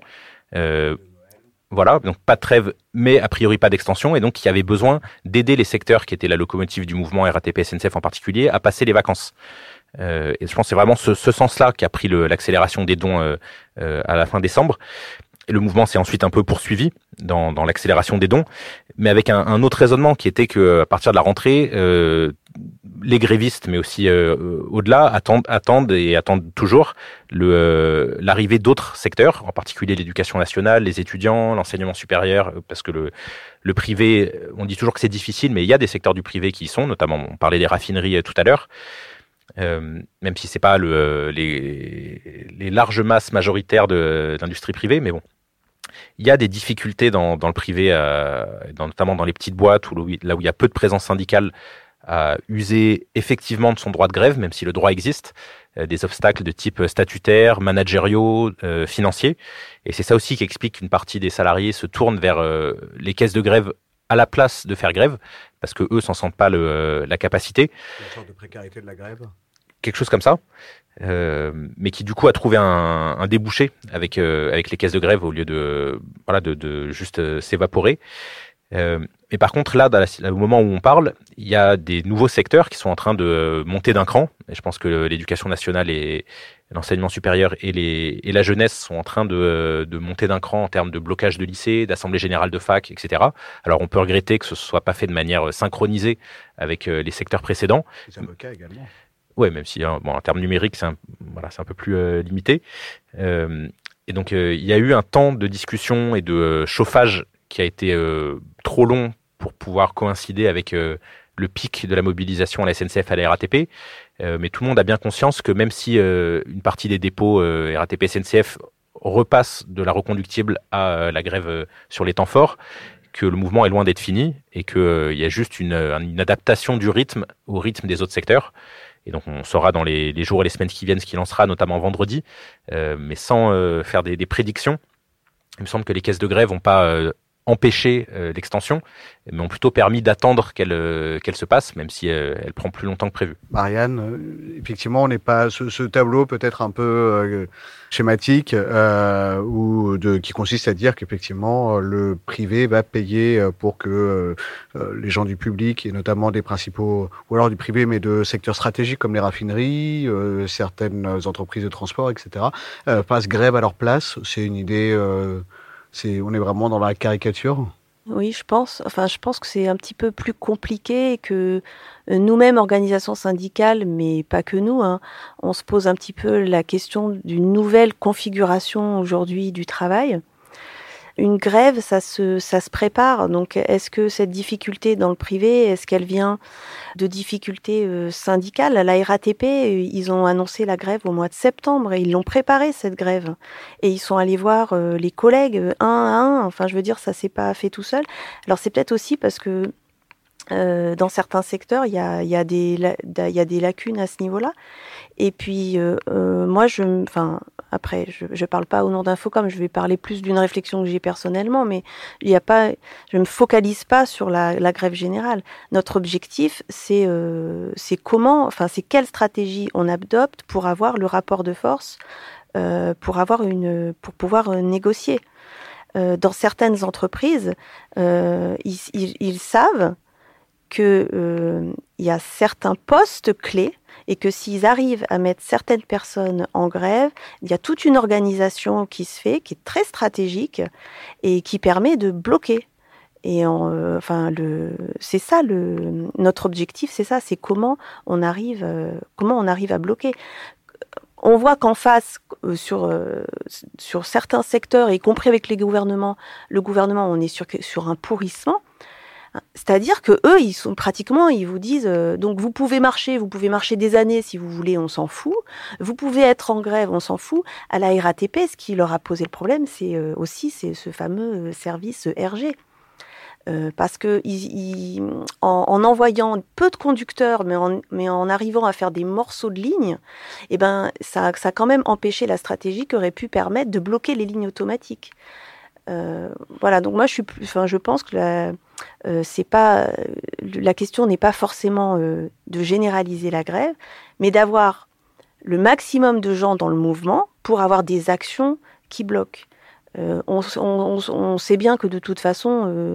Voilà, donc pas de trêve, mais a priori pas d'extension, et donc il y avait besoin d'aider les secteurs qui étaient la locomotive du mouvement, RATP, SNCF en particulier, à passer les vacances. Et je pense que c'est vraiment ce sens-là qui a pris l'accélération des dons à la fin décembre. Et le mouvement s'est ensuite un peu poursuivi dans l'accélération des dons, mais avec un autre raisonnement qui était que à partir de la rentrée, les grévistes, mais aussi au-delà, attendent toujours l'arrivée d'autres secteurs, en particulier l'éducation nationale, les étudiants, l'enseignement supérieur, parce que le privé, on dit toujours que c'est difficile, mais il y a des secteurs du privé qui y sont, notamment on parlait des raffineries tout à l'heure. Même si c'est pas les larges masses majoritaires de l'industrie privée, mais bon, il y a des difficultés dans le privé, notamment dans les petites boîtes, là où il y a peu de présence syndicale, à user effectivement de son droit de grève, même si le droit existe, des obstacles de type statutaire, managériaux, financiers. Et c'est ça aussi qui explique qu'une partie des salariés se tournent vers les caisses de grève à la place de faire grève, parce que eux s'en sentent pas la capacité. Une sorte de précarité de la grève. Quelque chose comme ça, mais qui du coup a trouvé un débouché avec les caisses de grève au lieu de juste s'évaporer. Mais par contre, là, au moment où on parle, il y a des nouveaux secteurs qui sont en train de monter d'un cran. Et je pense que l'éducation nationale et l'enseignement supérieur et la jeunesse sont en train de monter d'un cran en termes de blocage de lycées, d'assemblée générale de fac, etc. Alors, on peut regretter que ce ne soit pas fait de manière synchronisée avec les secteurs précédents. Les avocats également. Oui, même si en termes numériques, c'est un peu plus limité. Et donc, il y a eu un temps de discussion et de chauffage qui a été trop long pour pouvoir coïncider avec le pic de la mobilisation à la SNCF, à la RATP. Mais tout le monde a bien conscience que même si une partie des dépôts RATP, SNCF repasse de la reconductible à la grève sur les temps forts, que le mouvement est loin d'être fini et qu'il y a juste une adaptation du rythme au rythme des autres secteurs. Et donc on saura dans les jours et les semaines qui viennent ce qu'il en sera, notamment vendredi, mais sans faire des prédictions. Il me semble que les caisses de grève n'ont pas empêché l'extension, mais ont plutôt permis d'attendre qu'elle se passe, même si elle prend plus longtemps que prévu. Marianne, effectivement, on n'est pas ce tableau peut-être un peu schématique qui consiste à dire qu'effectivement le privé va payer pour que les gens du public et notamment des principaux, ou alors du privé mais de secteurs stratégiques comme les raffineries, certaines entreprises de transport, etc., fassent grève à leur place. C'est une idée... on est vraiment dans la caricature. Oui, je pense que c'est un petit peu plus compliqué et que nous-mêmes, organisations syndicales, mais pas que nous, on se pose un petit peu la question d'une nouvelle configuration aujourd'hui du travail. Une grève, ça se prépare. Donc, est-ce que cette difficulté dans le privé, est-ce qu'elle vient de difficultés syndicales? À la RATP, ils ont annoncé la grève au mois de septembre et ils l'ont préparée, cette grève. Et ils sont allés voir les collègues un à un. Enfin, je veux dire, ça s'est pas fait tout seul. Alors, c'est peut-être aussi parce que dans certains secteurs, il y a des lacunes à ce niveau-là. Et puis, moi, après, je parle pas au nom d'Infocom, je vais parler plus d'une réflexion que j'ai personnellement, mais je me focalise pas sur la grève générale. Notre objectif, c'est quelle stratégie on adopte pour avoir le rapport de force, pour pouvoir négocier. Dans certaines entreprises, ils savent que il y a certains postes clés et que s'ils arrivent à mettre certaines personnes en grève, il y a toute une organisation qui se fait, qui est très stratégique et qui permet de bloquer. Et c'est ça notre objectif, c'est ça, c'est comment on arrive à bloquer. On voit qu'en face, sur certains secteurs, y compris avec le gouvernement, on est sur un pourrissement. C'est-à-dire que eux, ils vous disent, donc vous pouvez marcher des années si vous voulez, on s'en fout. Vous pouvez être en grève, on s'en fout. À la RATP, ce qui leur a posé le problème, c'est ce fameux service RG. Parce que en envoyant peu de conducteurs, mais en arrivant à faire des morceaux de lignes, ça a quand même empêché la stratégie qui aurait pu permettre de bloquer les lignes automatiques. Donc moi je pense que la question n'est pas forcément de généraliser la grève, mais d'avoir le maximum de gens dans le mouvement pour avoir des actions qui bloquent. On sait bien que de toute façon,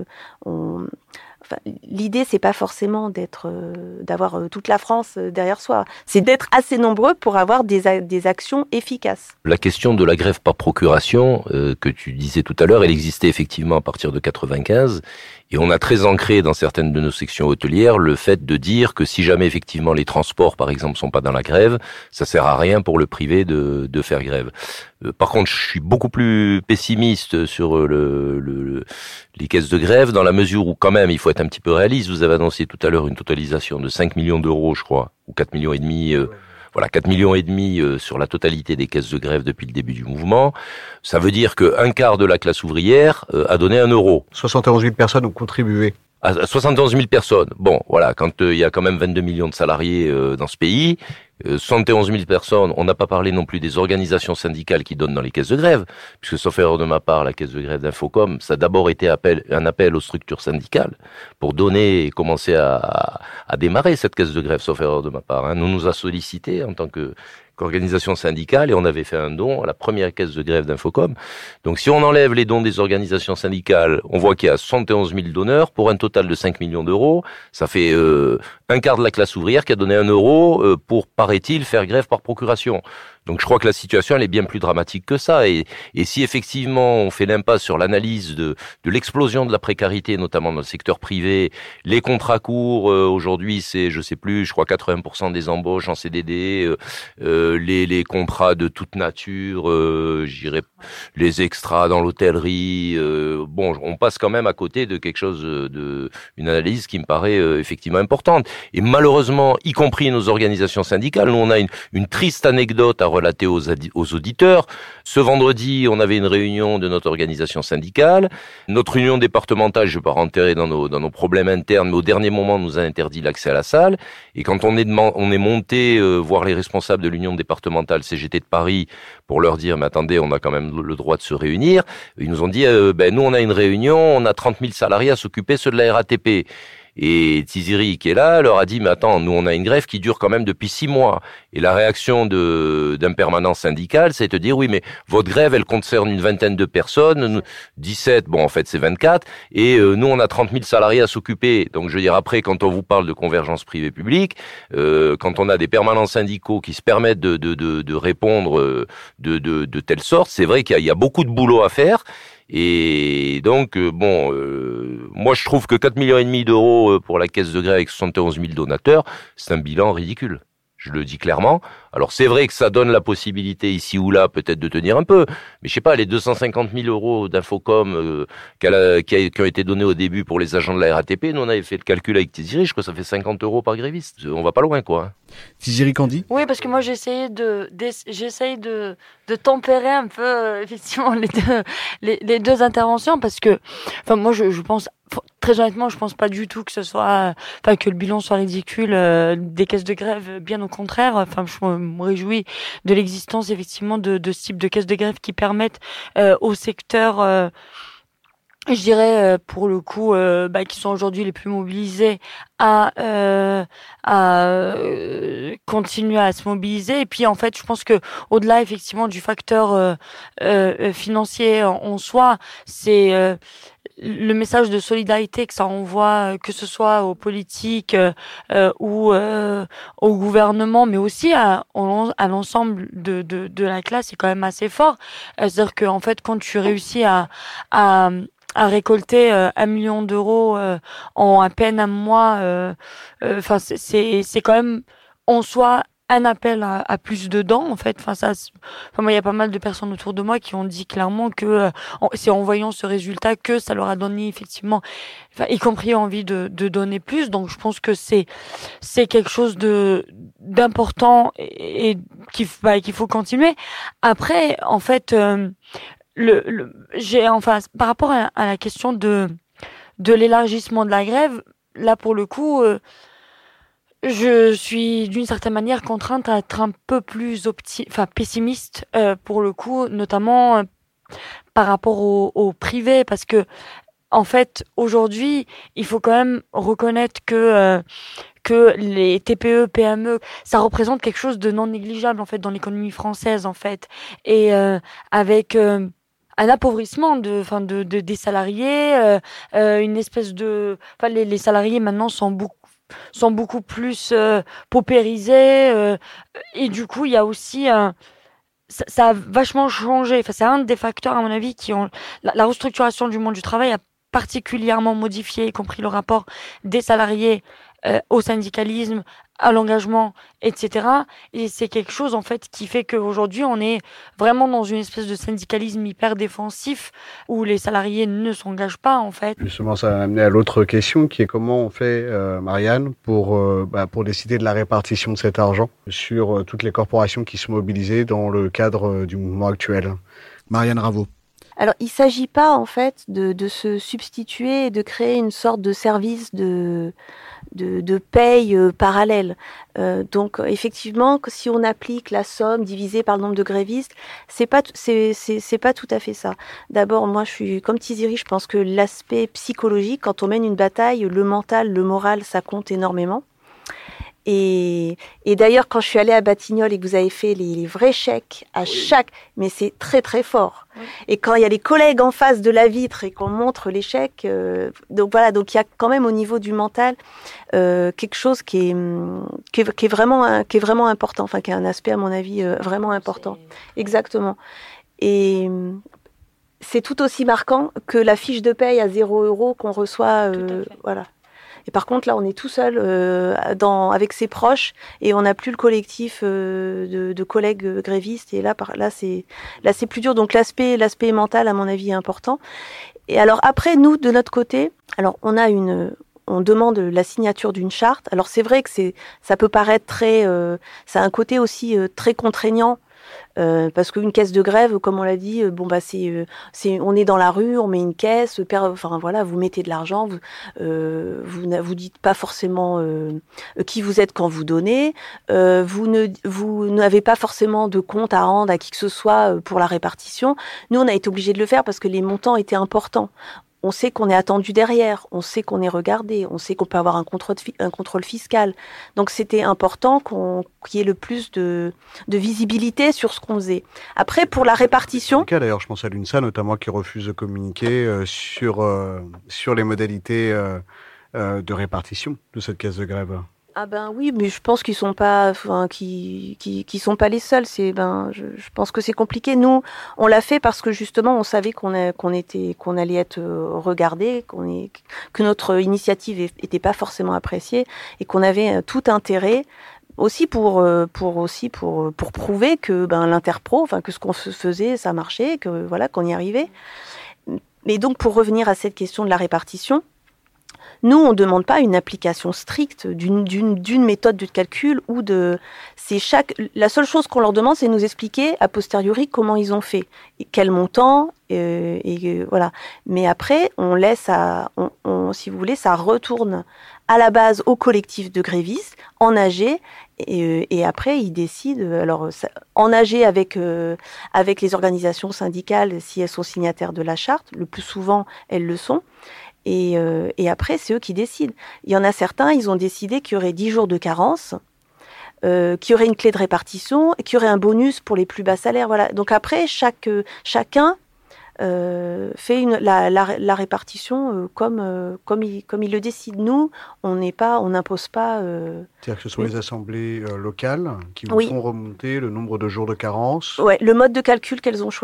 l'idée c'est pas forcément d'avoir toute la France derrière soi, c'est d'être assez nombreux pour avoir des actions efficaces. La question de la grève par procuration que tu disais tout à l'heure, elle existait effectivement à partir de 95. Et on a très ancré dans certaines de nos sections hôtelières le fait de dire que si jamais effectivement les transports, par exemple, sont pas dans la grève, ça sert à rien pour le privé de faire grève. Par contre, je suis beaucoup plus pessimiste sur les caisses de grève dans la mesure où quand même il faut être un petit peu réaliste. Vous avez annoncé tout à l'heure une totalisation de 5 millions d'euros, je crois, ou 4 millions et demi. 4 millions et demi sur la totalité des caisses de grève depuis le début du mouvement. Ça veut dire qu'un quart de la classe ouvrière a donné 1 euro. 71 000 personnes ont contribué. À 71 000 personnes. Bon, voilà, quand il y a quand même 22 millions de salariés dans ce pays, 71 000 personnes, on n'a pas parlé non plus des organisations syndicales qui donnent dans les caisses de grève, puisque sauf erreur de ma part, la caisse de grève d'Infocom, ça a d'abord été un appel aux structures syndicales pour donner et commencer à démarrer cette caisse de grève, sauf erreur de ma part. Nous nous a sollicité en tant qu'organisation syndicale et on avait fait un don à la première caisse de grève d'Infocom. Donc si on enlève les dons des organisations syndicales, on voit qu'il y a 71 000 donneurs pour un total de 5 millions d'euros. Ça fait un quart de la classe ouvrière qui a donné 1 euro pour, paraît-il, faire grève par procuration. Donc je crois que la situation elle est bien plus dramatique que ça. Et si effectivement on fait l'impasse sur l'analyse de l'explosion de la précarité, notamment dans le secteur privé, les contrats courts, aujourd'hui c'est, je sais plus, je crois 80% des embauches en CDD, les contrats de toute nature, j'irais les extras dans l'hôtellerie. On passe quand même à côté de quelque chose une analyse qui me paraît effectivement importante. Et malheureusement, y compris nos organisations syndicales, nous on a une triste anecdote à relater aux auditeurs. Ce vendredi, on avait une réunion de notre organisation syndicale. Notre union départementale, je ne vais pas rentrer dans nos problèmes internes, mais au dernier moment, nous a interdit l'accès à la salle. Et quand on est monté voir les responsables de l'union départementale CGT de Paris pour leur dire, mais attendez, on a quand même le droit de se réunir, ils nous ont dit, nous on a une réunion, on a 30 000 salariés à s'occuper, ceux de la RATP. Et Tiziri, qui est là, leur a dit, mais attends, nous on a une grève qui dure quand même depuis 6 mois. Et la réaction d'un permanent syndical, c'est de dire, oui, mais votre grève, elle concerne une vingtaine de personnes, 17, bon, en fait, c'est 24, et nous, on a 30 000 salariés à s'occuper. Donc, je veux dire, après, quand on vous parle de convergence privée-publique, quand on a des permanents syndicaux qui se permettent de répondre de telle sorte, c'est vrai qu'il y a beaucoup de boulot à faire. Et donc, moi je trouve que 4,5 millions d'euros pour la caisse de grève avec 71 000 donateurs, c'est un bilan ridicule. Je le dis clairement. Alors c'est vrai que ça donne la possibilité ici ou là peut-être de tenir un peu, mais je sais pas, les 250 000 euros d'Infocom qui ont été donnés au début pour les agents de la RATP, nous on avait fait le calcul avec Tiziri, je crois que ça fait 50 euros par gréviste. On va pas loin quoi. Tiziri Candy ? Oui, parce que moi j'essaye de tempérer un peu effectivement les deux interventions, parce que moi je pense très honnêtement, je pense pas du tout que que le bilan soit ridicule des caisses de grève, bien au contraire. Je me réjouis de l'existence effectivement de ce type de caisses de grève qui permettent au secteur je dirais pour le coup qui sont aujourd'hui les plus mobilisés à continuer à se mobiliser. Et puis en fait je pense que au-delà effectivement du facteur financier en soi, c'est le message de solidarité que ça envoie, que ce soit aux politiques ou au gouvernement, mais aussi à l'ensemble de la classe, est quand même assez fort. C'est-à-dire que en fait, quand tu réussis à récolter 1 million d'euros en à peine un mois, enfin c'est quand même en soi un appel à plus de dents, en fait. Moi, il y a pas mal de personnes autour de moi qui ont dit clairement que c'est en voyant ce résultat que ça leur a donné effectivement, y compris envie de donner plus. Donc, je pense que c'est quelque chose d'important et qu'il faut continuer. Après, en fait, par rapport à la question de l'élargissement de la grève, là, pour le coup, je suis d'une certaine manière contrainte à être un peu plus pessimiste pour le coup, notamment par rapport au privé, parce que en fait aujourd'hui il faut quand même reconnaître que les TPE, PME, ça représente quelque chose de non négligeable en fait dans l'économie française en fait, et avec un appauvrissement des salariés, une espèce de, les salariés maintenant sont beaucoup plus paupérisés, et du coup il y a aussi ça a vachement changé. C'est un des facteurs à mon avis qui ont la restructuration du monde du travail a particulièrement modifié, y compris le rapport des salariés au syndicalisme, à l'engagement, etc. Et c'est quelque chose en fait qui fait qu'aujourd'hui on est vraiment dans une espèce de syndicalisme hyper défensif où les salariés ne s'engagent pas en fait. Justement, ça va amener à l'autre question qui est comment on fait, Marianne, pour décider de la répartition de cet argent sur toutes les corporations qui sont mobilisées dans le cadre du mouvement actuel. Marianne Raveau. Alors, il ne s'agit pas, en fait, de se substituer et de créer une sorte de service de paye parallèle. Donc, effectivement, si on applique la somme divisée par le nombre de grévistes, c'est pas tout à fait ça. D'abord, moi, je suis comme Tiziri, je pense que l'aspect psychologique, quand on mène une bataille, le mental, le moral, ça compte énormément. Et d'ailleurs, quand je suis allée à Batignolles et que vous avez fait les vrais chèques à chaque... Mais c'est très, très fort. Oui. Et quand il y a les collègues en face de la vitre et qu'on montre les chèques... donc voilà, donc il y a quand même au niveau du mental quelque chose qui est vraiment important, enfin qui a un aspect, à mon avis, vraiment important. Exactement. Et... c'est tout aussi marquant que la fiche de paye à 0 € qu'on reçoit. Voilà. Et par contre, là, on est tout seul avec ses proches et on n'a plus le collectif de collègues grévistes. Et là, c'est plus dur. Donc, l'aspect mental, à mon avis, est important. Et alors, après, nous, de notre côté, alors, on demande la signature d'une charte. Alors, c'est vrai que ça peut paraître ça a un côté aussi très contraignant. Parce qu'une caisse de grève, comme on l'a dit, on est dans la rue, on met une caisse, enfin voilà, vous mettez de l'argent, vous dites pas forcément qui vous êtes quand vous donnez, vous n'avez pas forcément de compte à rendre à qui que ce soit pour la répartition. Nous, on a été obligés de le faire parce que les montants étaient importants. On sait qu'on est attendu derrière, on sait qu'on est regardé, on sait qu'on peut avoir un contrôle fiscal. Donc c'était important qu'il y ait le plus de visibilité sur ce qu'on faisait. Après, pour la répartition... D'ailleurs, je pense à l'UNSA notamment qui refuse de communiquer sur les modalités de répartition de cette caisse de grève. Ah ben oui, mais je pense qu'ils sont pas, qui sont pas les seuls. Je pense que c'est compliqué. Nous, on l'a fait parce que justement, on savait qu'on allait être regardé, que notre initiative était pas forcément appréciée et qu'on avait tout intérêt aussi pour prouver que l'interpro, que ce qu'on faisait, ça marchait, que voilà, qu'on y arrivait. Mais donc, pour revenir à cette question de la répartition. Nous, on ne demande pas une application stricte d'une méthode de calcul ou la seule chose qu'on leur demande, c'est de nous expliquer a posteriori comment ils ont fait, et quel montant, voilà. Mais après, on laisse, si vous voulez, ça retourne à la base au collectif de grévistes, en AG, et après, ils décident, alors, en AG avec les organisations syndicales, si elles sont signataires de la charte, le plus souvent, elles le sont. Et après, c'est eux qui décident. Il y en a certains, ils ont décidé qu'il y aurait 10 jours de carence, qu'il y aurait une clé de répartition, et qu'il y aurait un bonus pour les plus bas salaires. Voilà. Donc après, chacun fait la répartition comme il le décide. Nous, on n'impose pas. C'est-à-dire que ce sont les assemblées locales qui vous font remonter le nombre de jours de carence. Ouais, le mode de calcul qu'elles ont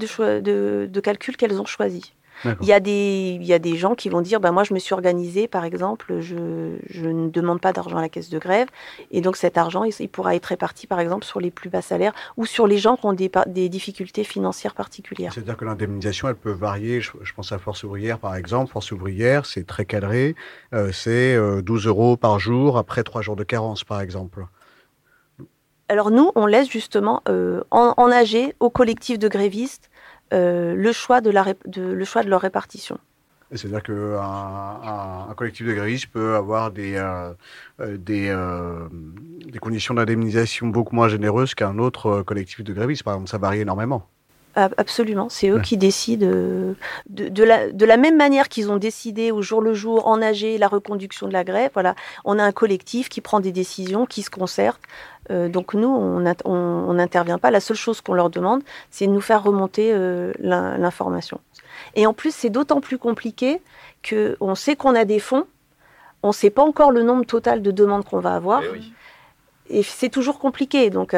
choisi. Il y a des gens qui vont dire moi je me suis organisé, par exemple, je ne demande pas d'argent à la caisse de grève, et donc cet argent il pourra être réparti par exemple sur les plus bas salaires ou sur les gens qui ont des difficultés financières particulières. C'est-à-dire que l'indemnisation elle peut varier, je pense à Force ouvrière par exemple. Force ouvrière c'est très cadré, c'est 12 € par jour après 3 jours de carence par exemple. Alors nous on laisse justement en AG au collectif de grévistes le choix de leur répartition. C'est-à-dire qu'un collectif de grévistes peut avoir des conditions d'indemnisation beaucoup moins généreuses qu'un autre collectif de grévistes. Par exemple, ça varie énormément. Absolument, c'est eux qui décident de la même manière qu'ils ont décidé au jour le jour en AG la reconduction de la grève. Voilà, on a un collectif qui prend des décisions, qui se concerte. Donc nous, on n'intervient pas. La seule chose qu'on leur demande, c'est de nous faire remonter l'information. Et en plus, c'est d'autant plus compliqué qu'on sait qu'on a des fonds, on ne sait pas encore le nombre total de demandes qu'on va avoir. Et c'est toujours compliqué, donc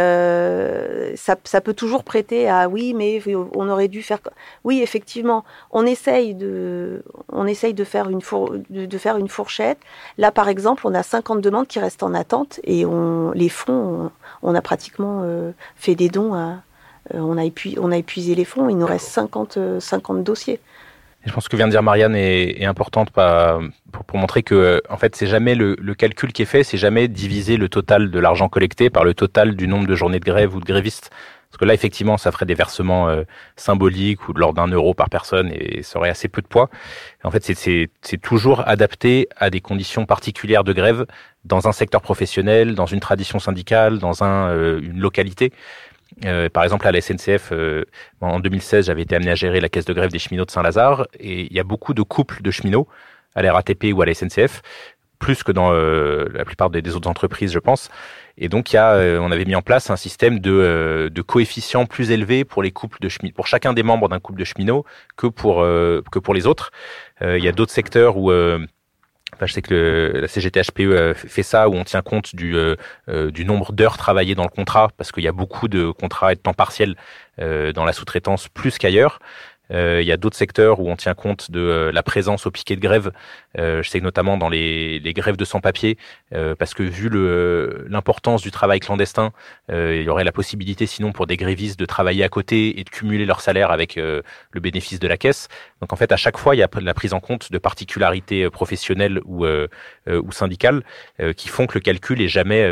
ça peut toujours prêter à oui, mais on aurait dû faire. Oui, effectivement, on essaye de faire une fourchette. Là, par exemple, on a 50 demandes qui restent en attente et les fonds, on a pratiquement fait des dons. On a épuisé les fonds. Il nous reste 50 dossiers. Je pense que ce que vient de dire Marianne est importante pour montrer que en fait c'est jamais le calcul qui est fait, c'est jamais diviser le total de l'argent collecté par le total du nombre de journées de grève ou de grévistes. Parce que là effectivement ça ferait des versements symboliques ou de l'ordre d'1 € par personne et ça aurait assez peu de poids. En fait c'est toujours adapté à des conditions particulières de grève dans un secteur professionnel, dans une tradition syndicale, dans une localité. Par exemple, à la SNCF, en 2016, j'avais été amené à gérer la caisse de grève des cheminots de Saint-Lazare, et il y a beaucoup de couples de cheminots à la RATP ou à la SNCF, plus que dans la plupart des autres entreprises, je pense. Et donc, on avait mis en place un système de coefficients plus élevés pour les couples de cheminots, pour chacun des membres d'un couple de cheminots que pour les autres. Il y a d'autres secteurs où je sais que la CGT-HPE fait ça, où on tient compte du nombre d'heures travaillées dans le contrat, parce qu'il y a beaucoup de contrats et de temps partiel dans la sous-traitance plus qu'ailleurs. Il y a d'autres secteurs où on tient compte de la présence au piquet de grève. Je sais que notamment dans les grèves de sans-papiers, parce que vu l'importance du travail clandestin, il y aurait la possibilité sinon pour des grévistes de travailler à côté et de cumuler leur salaire avec le bénéfice de la caisse. Donc en fait, à chaque fois, il y a la prise en compte de particularités professionnelles ou syndicales qui font que le calcul est jamais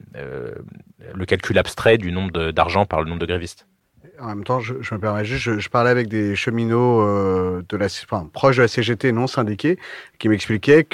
le calcul abstrait du nombre d'argent par le nombre de grévistes. En même temps, je me permets juste, je parlais avec des cheminots proches de la CGT non syndiqués qui m'expliquaient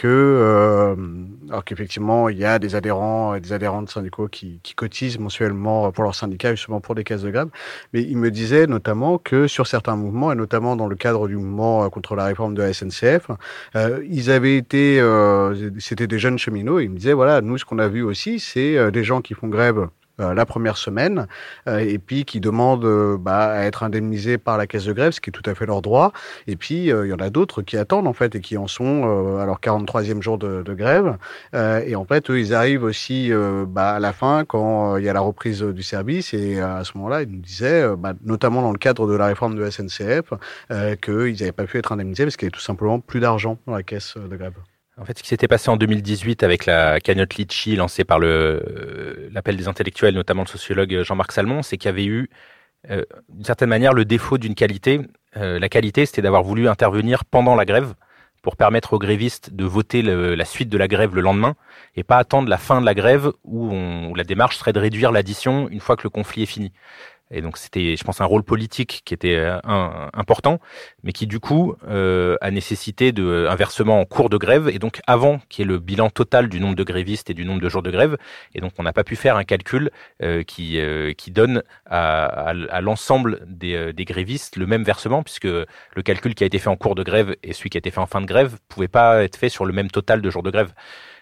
alors qu'effectivement il y a des adhérents et des adhérentes syndicaux qui cotisent mensuellement pour leur syndicat justement pour des caisses de grève, mais ils me disaient notamment que sur certains mouvements et notamment dans le cadre du mouvement contre la réforme de la SNCF, ils avaient été, c'était des jeunes cheminots, et ils me disaient voilà, nous ce qu'on a vu aussi c'est des gens qui font grève la première semaine et puis qui demandent à être indemnisés par la caisse de grève, ce qui est tout à fait leur droit. Et puis il y en a d'autres qui attendent en fait et qui en sont à leur 43e jour de grève. Et en fait, eux, ils arrivent aussi à la fin quand il y a la reprise du service. Et à ce moment-là, ils nous disaient, notamment dans le cadre de la réforme de la SNCF, qu'ils n'avaient pas pu être indemnisés parce qu'il y avait tout simplement plus d'argent dans la caisse de grève. En fait, ce qui s'était passé en 2018 avec la cagnotte Litchi lancée par l'appel des intellectuels, notamment le sociologue Jean-Marc Salmon, c'est qu'il y avait eu, d'une certaine manière, le défaut d'une qualité. La qualité, c'était d'avoir voulu intervenir pendant la grève pour permettre aux grévistes de voter la suite de la grève le lendemain et pas attendre la fin de la grève où la démarche serait de réduire l'addition une fois que le conflit est fini. Et donc c'était, je pense, un rôle politique qui était important, mais qui du coup a nécessité un versement en cours de grève, et donc avant qu'il y ait le bilan total du nombre de grévistes et du nombre de jours de grève. Et donc on n'a pas pu faire un calcul qui donne à l'ensemble des grévistes le même versement, puisque le calcul qui a été fait en cours de grève et celui qui a été fait en fin de grève pouvait pas être fait sur le même total de jours de grève.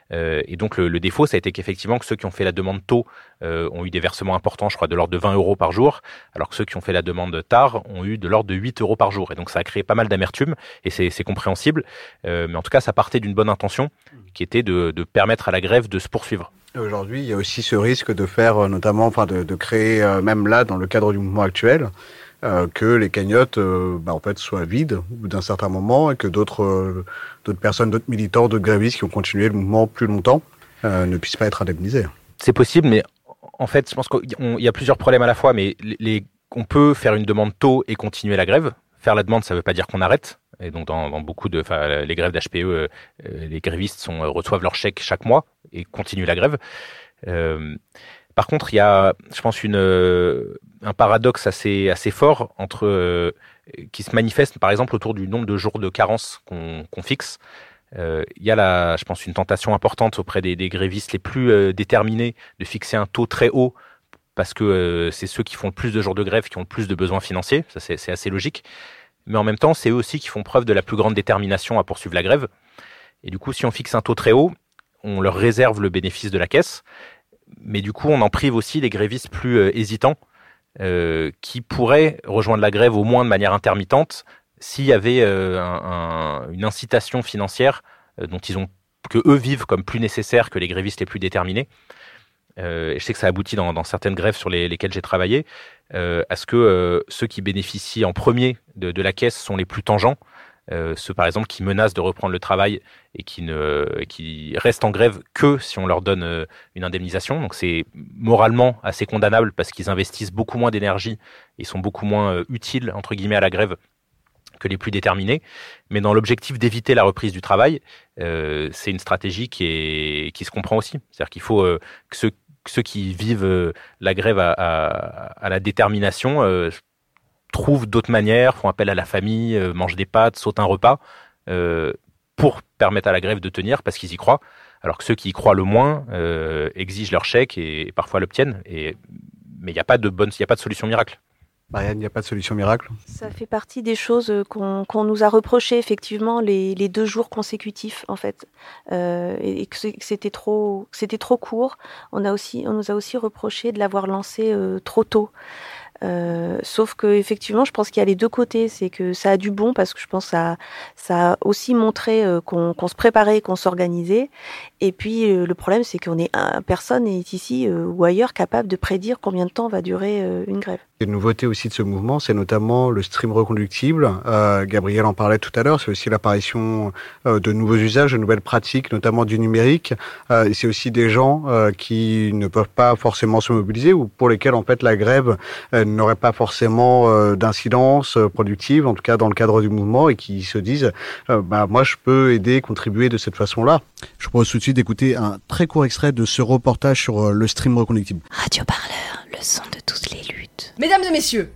Et donc le défaut, ça a été qu'effectivement que ceux qui ont fait la demande tôt ont eu des versements importants, je crois de l'ordre de 20 € par jour, alors que ceux qui ont fait la demande tard ont eu de l'ordre de 8 € par jour. Et donc ça a créé pas mal d'amertume, et c'est compréhensible. Mais en tout cas, ça partait d'une bonne intention, qui était de permettre à la grève de se poursuivre. Aujourd'hui, il y a aussi ce risque de faire, notamment, de créer, même là, dans le cadre du mouvement actuel, que les cagnottes en fait soient vides au bout d'un certain moment et que d'autres personnes, d'autres militants, d'autres grévistes qui ont continué le mouvement plus longtemps ne puissent pas être indemnisés. C'est possible, mais en fait, je pense qu'il y a plusieurs problèmes à la fois, mais on peut faire une demande tôt et continuer la grève. Faire la demande, ça ne veut pas dire qu'on arrête. Et donc dans beaucoup les grèves d'HPE, les grévistes reçoivent leur chèque chaque mois et continuent la grève. Par contre, il y a, je pense, un paradoxe assez fort qui se manifeste, par exemple, autour du nombre de jours de carence qu'on fixe. Il y a, je pense, une tentation importante auprès des grévistes les plus déterminés de fixer un taux très haut parce que c'est ceux qui font le plus de jours de grève qui ont le plus de besoins financiers. Ça, c'est assez logique. Mais en même temps, c'est eux aussi qui font preuve de la plus grande détermination à poursuivre la grève. Et du coup, si on fixe un taux très haut, on leur réserve le bénéfice de la caisse. Mais du coup, on en prive aussi les grévistes plus hésitants qui pourraient rejoindre la grève au moins de manière intermittente s'il y avait une incitation financière que eux vivent comme plus nécessaire que les grévistes les plus déterminés. Et je sais que ça aboutit dans certaines grèves sur lesquelles j'ai travaillé à ce que ceux qui bénéficient en premier de la caisse sont les plus tangents. Ceux par exemple qui menacent de reprendre le travail et qui restent en grève que si on leur donne une indemnisation. Donc c'est moralement assez condamnable parce qu'ils investissent beaucoup moins d'énergie et sont beaucoup moins utiles entre guillemets à la grève que les plus déterminés. Mais dans l'objectif d'éviter la reprise du travail, c'est une stratégie qui se comprend aussi. C'est-à-dire qu'il faut que ceux qui vivent la grève à la détermination trouvent d'autres manières, font appel à la famille, mangent des pâtes, sautent un repas, pour permettre à la grève de tenir parce qu'ils y croient, alors que ceux qui y croient le moins exigent leur chèque et parfois l'obtiennent. Mais il n'y a pas de solution miracle. Marianne, il n'y a pas de solution miracle? Ça fait partie des choses qu'on nous a reproché, effectivement, les 2 jours consécutifs, en fait. Et que c'était trop court. On nous a aussi reproché de l'avoir lancé trop tôt. Sauf que effectivement, je pense qu'il y a les deux côtés. C'est que ça a du bon parce que je pense que ça a aussi montré qu'on se préparait, qu'on s'organisait. Et puis le problème, c'est personne n'est ici ou ailleurs capable de prédire combien de temps va durer une grève. Une nouveauté aussi de ce mouvement, c'est notamment le stream reconductible. Gabriel en parlait tout à l'heure. C'est aussi l'apparition de nouveaux usages, de nouvelles pratiques, notamment du numérique. Et c'est aussi des gens qui ne peuvent pas forcément se mobiliser ou pour lesquels en fait la grève n'aurait pas forcément d'incidence productive, en tout cas dans le cadre du mouvement, et qui se disent moi je peux aider, contribuer de cette façon-là. Je propose tout de suite d'écouter un très court extrait de ce reportage sur le stream reconductible. Radio Parleur, le son de toutes les luttes. Mesdames et messieurs,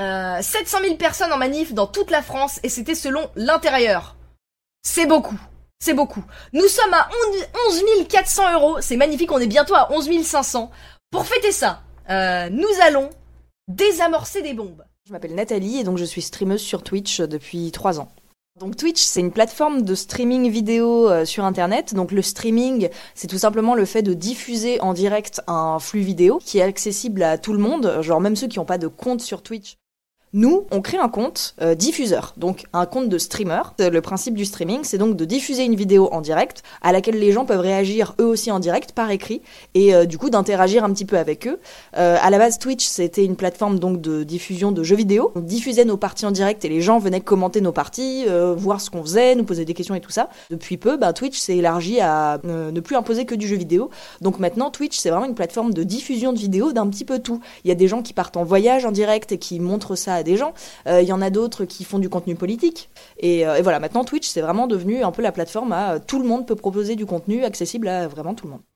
700 000 personnes en manif dans toute la France et c'était selon l'intérieur. C'est beaucoup. C'est beaucoup. Nous sommes à 11 400 €. C'est magnifique, on est bientôt à 11 500. Pour fêter ça, nous allons désamorcer des bombes. Je m'appelle Nathalie et donc je suis streameuse sur Twitch depuis 3 ans. Donc Twitch, c'est une plateforme de streaming vidéo sur Internet. Donc le streaming, c'est tout simplement le fait de diffuser en direct un flux vidéo qui est accessible à tout le monde, genre même ceux qui n'ont pas de compte sur Twitch. Nous, on crée un compte diffuseur, donc un compte de streamer. Le principe du streaming, c'est donc de diffuser une vidéo en direct à laquelle les gens peuvent réagir eux aussi en direct par écrit et du coup d'interagir un petit peu avec eux. À la base, Twitch, c'était une plateforme donc de diffusion de jeux vidéo. On diffusait nos parties en direct et les gens venaient commenter nos parties, voir ce qu'on faisait, nous poser des questions et tout ça. Depuis peu, Twitch s'est élargi à ne plus imposer que du jeu vidéo. Donc maintenant, Twitch, c'est vraiment une plateforme de diffusion de vidéos d'un petit peu tout. Il y a des gens qui partent en voyage en direct et qui montrent ça à des gens. Il y en a d'autres qui font du contenu politique. Et voilà, maintenant Twitch, c'est vraiment devenu un peu la plateforme à tout le monde peut proposer du contenu accessible à vraiment tout le monde.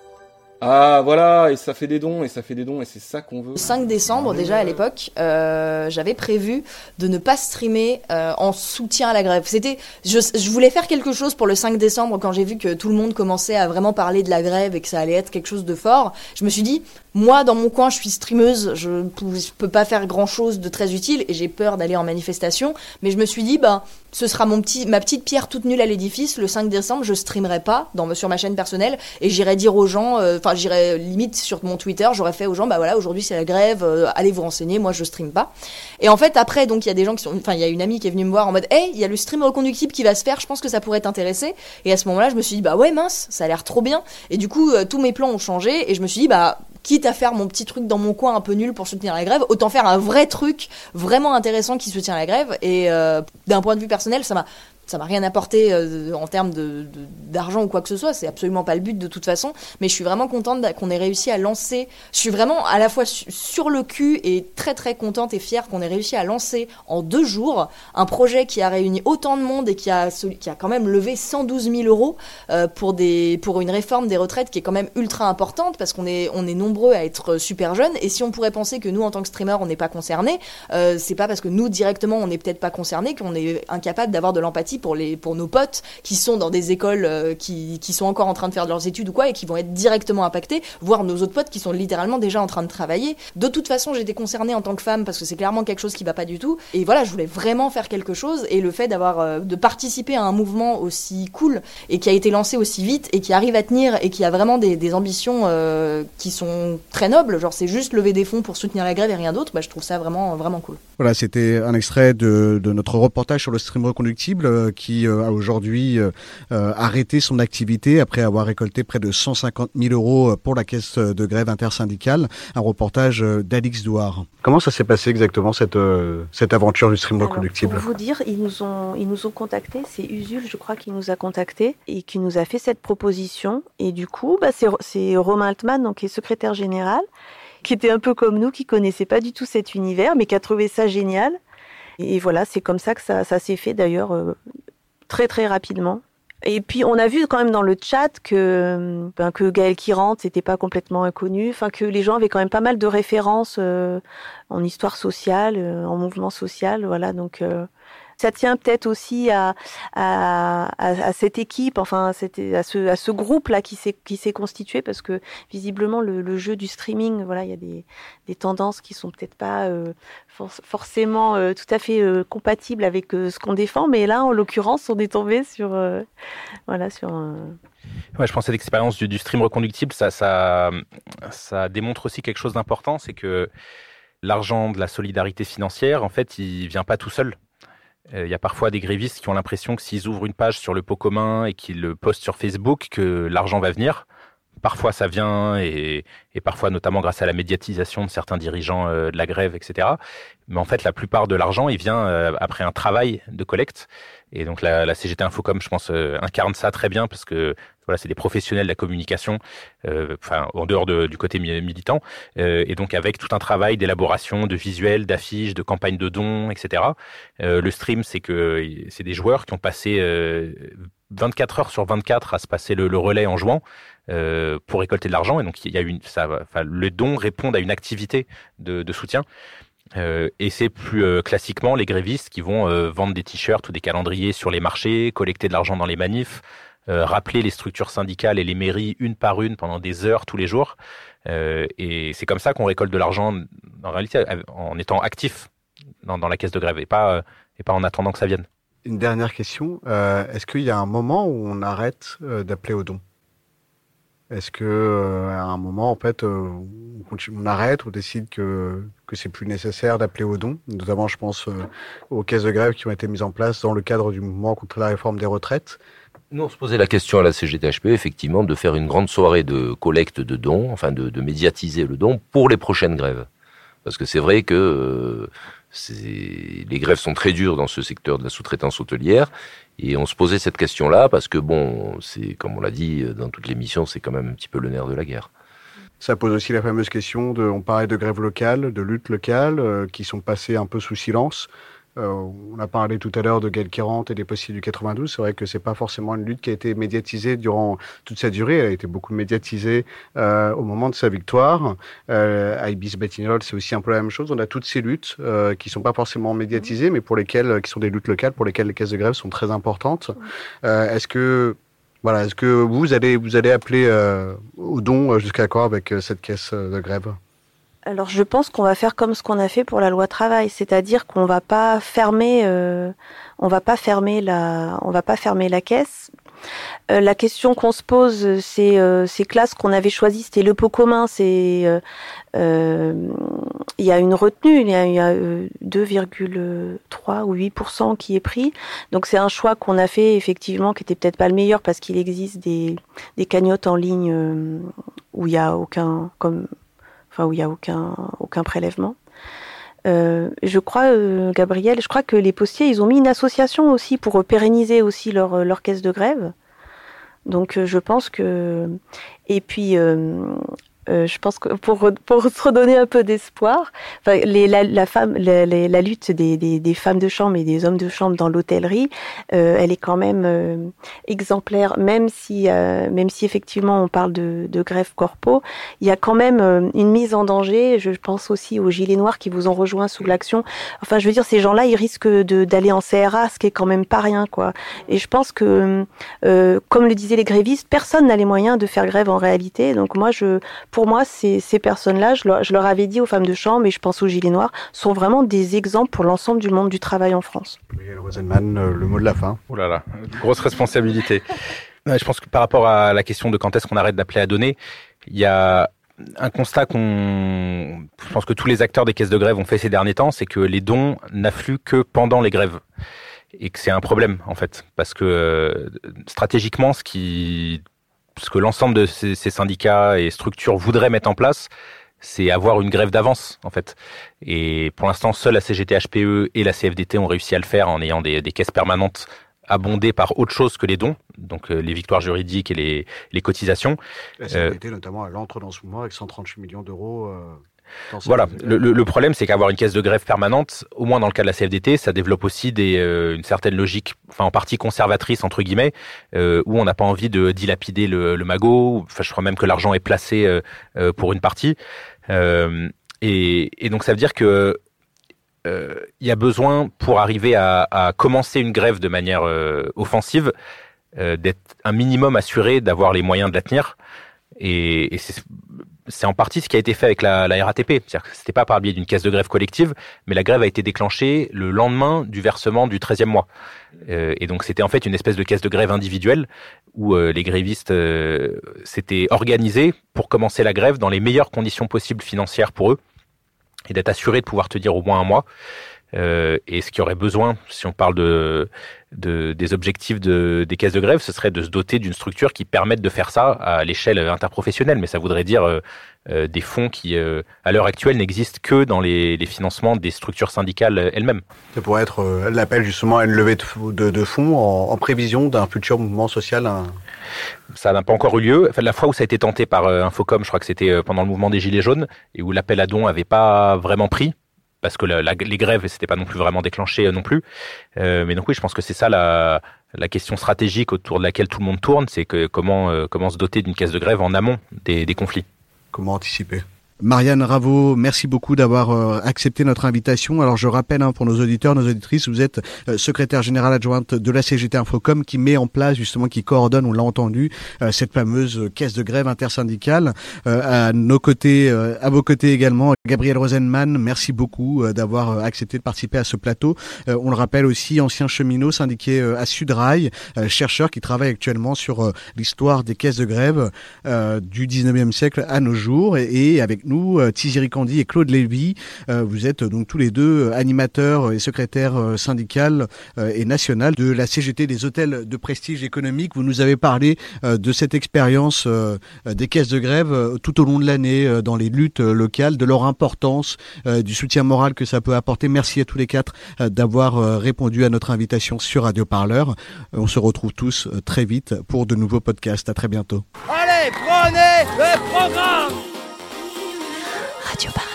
Ah voilà, et ça fait des dons, et c'est ça qu'on veut. Le 5 décembre, déjà à l'époque, j'avais prévu de ne pas streamer en soutien à la grève. Je voulais faire quelque chose pour le 5 décembre quand j'ai vu que tout le monde commençait à vraiment parler de la grève et que ça allait être quelque chose de fort. Je me suis dit, Moi, dans mon coin, je suis streameuse, je peux pas faire grand-chose de très utile et j'ai peur d'aller en manifestation. Mais je me suis dit, ce sera ma petite pierre toute nulle à l'édifice. Le 5 décembre, je streamerai pas sur ma chaîne personnelle et j'irai dire aux gens, j'irai limite sur mon Twitter, j'aurais fait aux gens, aujourd'hui c'est la grève, allez vous renseigner, moi je stream pas. Et en fait, après, donc il y a des gens il y a une amie qui est venue me voir en mode, hey, il y a le stream reconductible qui va se faire, je pense que ça pourrait t'intéresser. Et à ce moment-là, je me suis dit, ouais, mince, ça a l'air trop bien. Et du coup, tous mes plans ont changé et je me suis dit, quitte à faire mon petit truc dans mon coin un peu nul pour soutenir la grève, autant faire un vrai truc vraiment intéressant qui soutient la grève. Et d'un point de vue personnel, ça m'a rien apporté en termes d'argent ou quoi que ce soit. C'est absolument pas le but de toute façon. Mais je suis vraiment contente qu'on ait réussi à lancer. Je suis vraiment à la fois sur le cul et très très contente et fière qu'on ait réussi à lancer en 2 jours un projet qui a réuni autant de monde et qui a quand même levé 112 000 euros pour une réforme des retraites qui est quand même ultra importante parce qu'on est nombreux à être super jeunes. Et si on pourrait penser que nous en tant que streamers on n'est pas concernés, c'est pas parce que nous directement on n'est peut-être pas concernés qu'on est incapable d'avoir de l'empathie pour nos potes qui sont dans des écoles qui sont encore en train de faire leurs études ou quoi et qui vont être directement impactés, voire nos autres potes qui sont littéralement déjà en train de travailler. De toute façon, j'étais concernée en tant que femme parce que c'est clairement quelque chose qui va pas du tout. Et voilà, je voulais vraiment faire quelque chose et le fait de participer à un mouvement aussi cool et qui a été lancé aussi vite et qui arrive à tenir et qui a vraiment des ambitions qui sont très nobles, genre c'est juste lever des fonds pour soutenir la grève et rien d'autre, je trouve ça vraiment vraiment cool. Voilà, c'était un extrait de notre reportage sur le stream reconductible qui a aujourd'hui arrêté son activité après avoir récolté près de 150 000 euros pour la caisse de grève intersyndicale. Un reportage d'Alix Douard. Comment ça s'est passé exactement cette aventure du stream reconductible ? Pour vous dire, ils nous ont contactés, c'est Usul je crois qui nous a contactés et qui nous a fait cette proposition. Et du coup, c'est Romain Altman, donc qui est secrétaire général, qui était un peu comme nous, qui connaissait pas du tout cet univers, mais qui a trouvé ça génial. Et voilà, c'est comme ça que ça s'est fait d'ailleurs très très rapidement. Et puis on a vu quand même dans le chat que Gaël Kirante n'était pas complètement inconnu, que les gens avaient quand même pas mal de références en histoire sociale, en mouvement social, voilà. Donc ça tient peut-être aussi à cette équipe, à ce groupe-là qui s'est constitué, parce que visiblement le jeu du streaming, voilà, il y a des tendances qui sont peut-être pas forcément tout à fait compatibles avec ce qu'on défend, mais là, en l'occurrence, on est tombé sur Ouais, je pense que l'expérience du stream reconductible, ça démontre aussi quelque chose d'important, c'est que l'argent de la solidarité financière, en fait, il vient pas tout seul. Il y a parfois des grévistes qui ont l'impression que s'ils ouvrent une page sur le pot commun et qu'ils le postent sur Facebook, que l'argent va venir. Parfois ça vient, et parfois notamment grâce à la médiatisation de certains dirigeants de la grève, etc. Mais en fait, la plupart de l'argent, il vient après un travail de collecte. Et donc la CGT Infocom, je pense, incarne ça très bien, parce que voilà, c'est des professionnels de la communication, en dehors du côté militant, et donc avec tout un travail d'élaboration, de visuels, d'affiches, de campagnes de dons, etc. Le stream, c'est des joueurs qui ont passé 24 heures sur 24 à se passer le relais en jouant pour récolter de l'argent. Et donc il y a le don répond à une activité de soutien. Et c'est plus classiquement les grévistes qui vont vendre des t-shirts ou des calendriers sur les marchés, collecter de l'argent dans les manifs, rappeler les structures syndicales et les mairies une par une pendant des heures tous les jours. Et c'est comme ça qu'on récolte de l'argent, en réalité, en étant actif dans la caisse de grève et pas en attendant que ça vienne. Une dernière question. Est-ce qu'il y a un moment où on arrête d'appeler aux dons ? Est-ce que à un moment, en fait, on arrête, on décide que c'est plus nécessaire d'appeler aux dons, notamment, je pense, aux caisses de grève qui ont été mises en place dans le cadre du mouvement contre la réforme des retraites. Nous, on se posait la question à la CGT-HPE, effectivement, de faire une grande soirée de collecte de dons, de médiatiser le don pour les prochaines grèves. Parce que c'est vrai que les grèves sont très dures dans ce secteur de la sous-traitance hôtelière. Et on se posait cette question-là parce que, c'est comme on l'a dit dans toutes les missions, c'est quand même un petit peu le nerf de la guerre. Ça pose aussi la fameuse question on parlait de grèves locales, de luttes locales, qui sont passées un peu sous silence. On a parlé tout à l'heure de Gaël Kirante et des postiers du 92. C'est vrai que c'est pas forcément une lutte qui a été médiatisée durant toute sa durée. Elle a été beaucoup médiatisée au moment de sa victoire. À Ibis-Batignolles, c'est aussi un peu la même chose. On a toutes ces luttes qui sont pas forcément médiatisées, mais qui sont des luttes locales, pour lesquelles les caisses de grève sont très importantes. Est-ce que Voilà, est-ce que vous allez appeler au don jusqu'à quand avec cette caisse de grève ? Alors je pense qu'on va faire comme ce qu'on a fait pour la loi travail, c'est-à-dire qu'on va pas fermer la caisse. La question qu'on se pose, c'est ces classes qu'on avait choisies, c'était le pot commun, il y a une retenue, il y a 2,3 ou 8% qui est pris. Donc c'est un choix qu'on a fait effectivement qui était peut-être pas le meilleur parce qu'il existe des cagnottes en ligne où il y a aucun prélèvement. Je crois, Gabriel, que les postiers, ils ont mis une association aussi pour pérenniser aussi leur caisse de grève. Donc je pense que... Et puis... je pense que pour se redonner un peu d'espoir, la lutte des femmes de chambre et des hommes de chambre dans l'hôtellerie, elle est quand même exemplaire, même si effectivement on parle de grève corpo, il y a quand même une mise en danger. Je pense aussi aux gilets noirs qui vous ont rejoint sous l'action. Enfin, je veux dire, ces gens-là, ils risquent d'aller en CRA, ce qui est quand même pas rien, quoi. Et je pense que, comme le disaient les grévistes, personne n'a les moyens de faire grève en réalité. Donc pour moi, ces personnes-là, je leur avais dit aux femmes de chambre, et je pense aux gilets noirs, sont vraiment des exemples pour l'ensemble du monde du travail en France. Gabriel Rosenman, le mot de la fin. Oh là là, grosse responsabilité. Je pense que par rapport à la question de quand est-ce qu'on arrête d'appeler à donner, il y a un constat je pense que tous les acteurs des caisses de grève ont fait ces derniers temps, c'est que les dons n'affluent que pendant les grèves. Et que c'est un problème, en fait. Parce que stratégiquement, ce que l'ensemble de ces syndicats et structures voudraient mettre en place, c'est avoir une grève d'avance, en fait. Et pour l'instant, seule la CGT-HPE et la CFDT ont réussi à le faire en ayant des caisses permanentes abondées par autre chose que les dons, donc les victoires juridiques et les cotisations. La CFDT, notamment, elle entre dans ce mouvement avec 138 millions d'euros... Voilà, le problème, c'est qu'avoir une caisse de grève permanente, au moins dans le cas de la CFDT, ça développe aussi une certaine logique, enfin en partie conservatrice entre guillemets, où on n'a pas envie de dilapider le magot. Enfin, je crois même que l'argent est placé pour une partie, et donc ça veut dire que il y a besoin pour arriver à commencer une grève de manière offensive, d'être un minimum assuré d'avoir les moyens de la tenir, et c'est en partie ce qui a été fait avec la RATP. C'est-à-dire que c'était pas par le biais d'une caisse de grève collective, mais la grève a été déclenchée le lendemain du versement du 13e mois. Et donc c'était en fait une espèce de caisse de grève individuelle où les grévistes s'étaient organisés pour commencer la grève dans les meilleures conditions possibles financières pour eux et d'être assurés de pouvoir tenir au moins un mois. Et ce qu'il y aurait besoin, si on parle des objectifs des caisses de grève, ce serait de se doter d'une structure qui permette de faire ça à l'échelle interprofessionnelle. Mais ça voudrait dire des fonds qui, à l'heure actuelle, n'existent que dans les financements des structures syndicales elles-mêmes. Ça pourrait être l'appel justement à une levée de fonds en prévision d'un futur mouvement social. Ça n'a pas encore eu lieu. Enfin, la fois où ça a été tenté par Infocom, je crois que c'était pendant le mouvement des Gilets jaunes, et où l'appel à dons n'avait pas vraiment pris, parce que les grèves, c'était pas non plus vraiment déclenché non plus. Mais donc oui, je pense que c'est ça la question stratégique autour de laquelle tout le monde tourne, c'est que comment se doter d'une caisse de grève en amont des conflits. Comment anticiper ? Marianne Raveau, merci beaucoup d'avoir accepté notre invitation. Alors je rappelle pour nos auditeurs, nos auditrices, vous êtes secrétaire générale adjointe de la CGT Infocom qui met en place justement, qui coordonne, on l'a entendu, cette fameuse caisse de grève intersyndicale. À vos côtés également, Gabriel Rosenman, merci beaucoup d'avoir accepté de participer à ce plateau. On le rappelle aussi, ancien cheminot syndiqué à Sudrail, chercheur qui travaille actuellement sur l'histoire des caisses de grève du 19e siècle à nos jours, et avec nous, Thierry Candy et Claude Lévy. Vous êtes donc tous les deux animateurs et secrétaires syndicales et nationales de la CGT des hôtels de prestige économique. Vous nous avez parlé de cette expérience des caisses de grève tout au long de l'année dans les luttes locales, de leur importance, du soutien moral que ça peut apporter. Merci à tous les quatre d'avoir répondu à notre invitation sur Radio Parleur. On se retrouve tous très vite pour de nouveaux podcasts. À très bientôt. Allez, prenez le programme! Radio Parleur.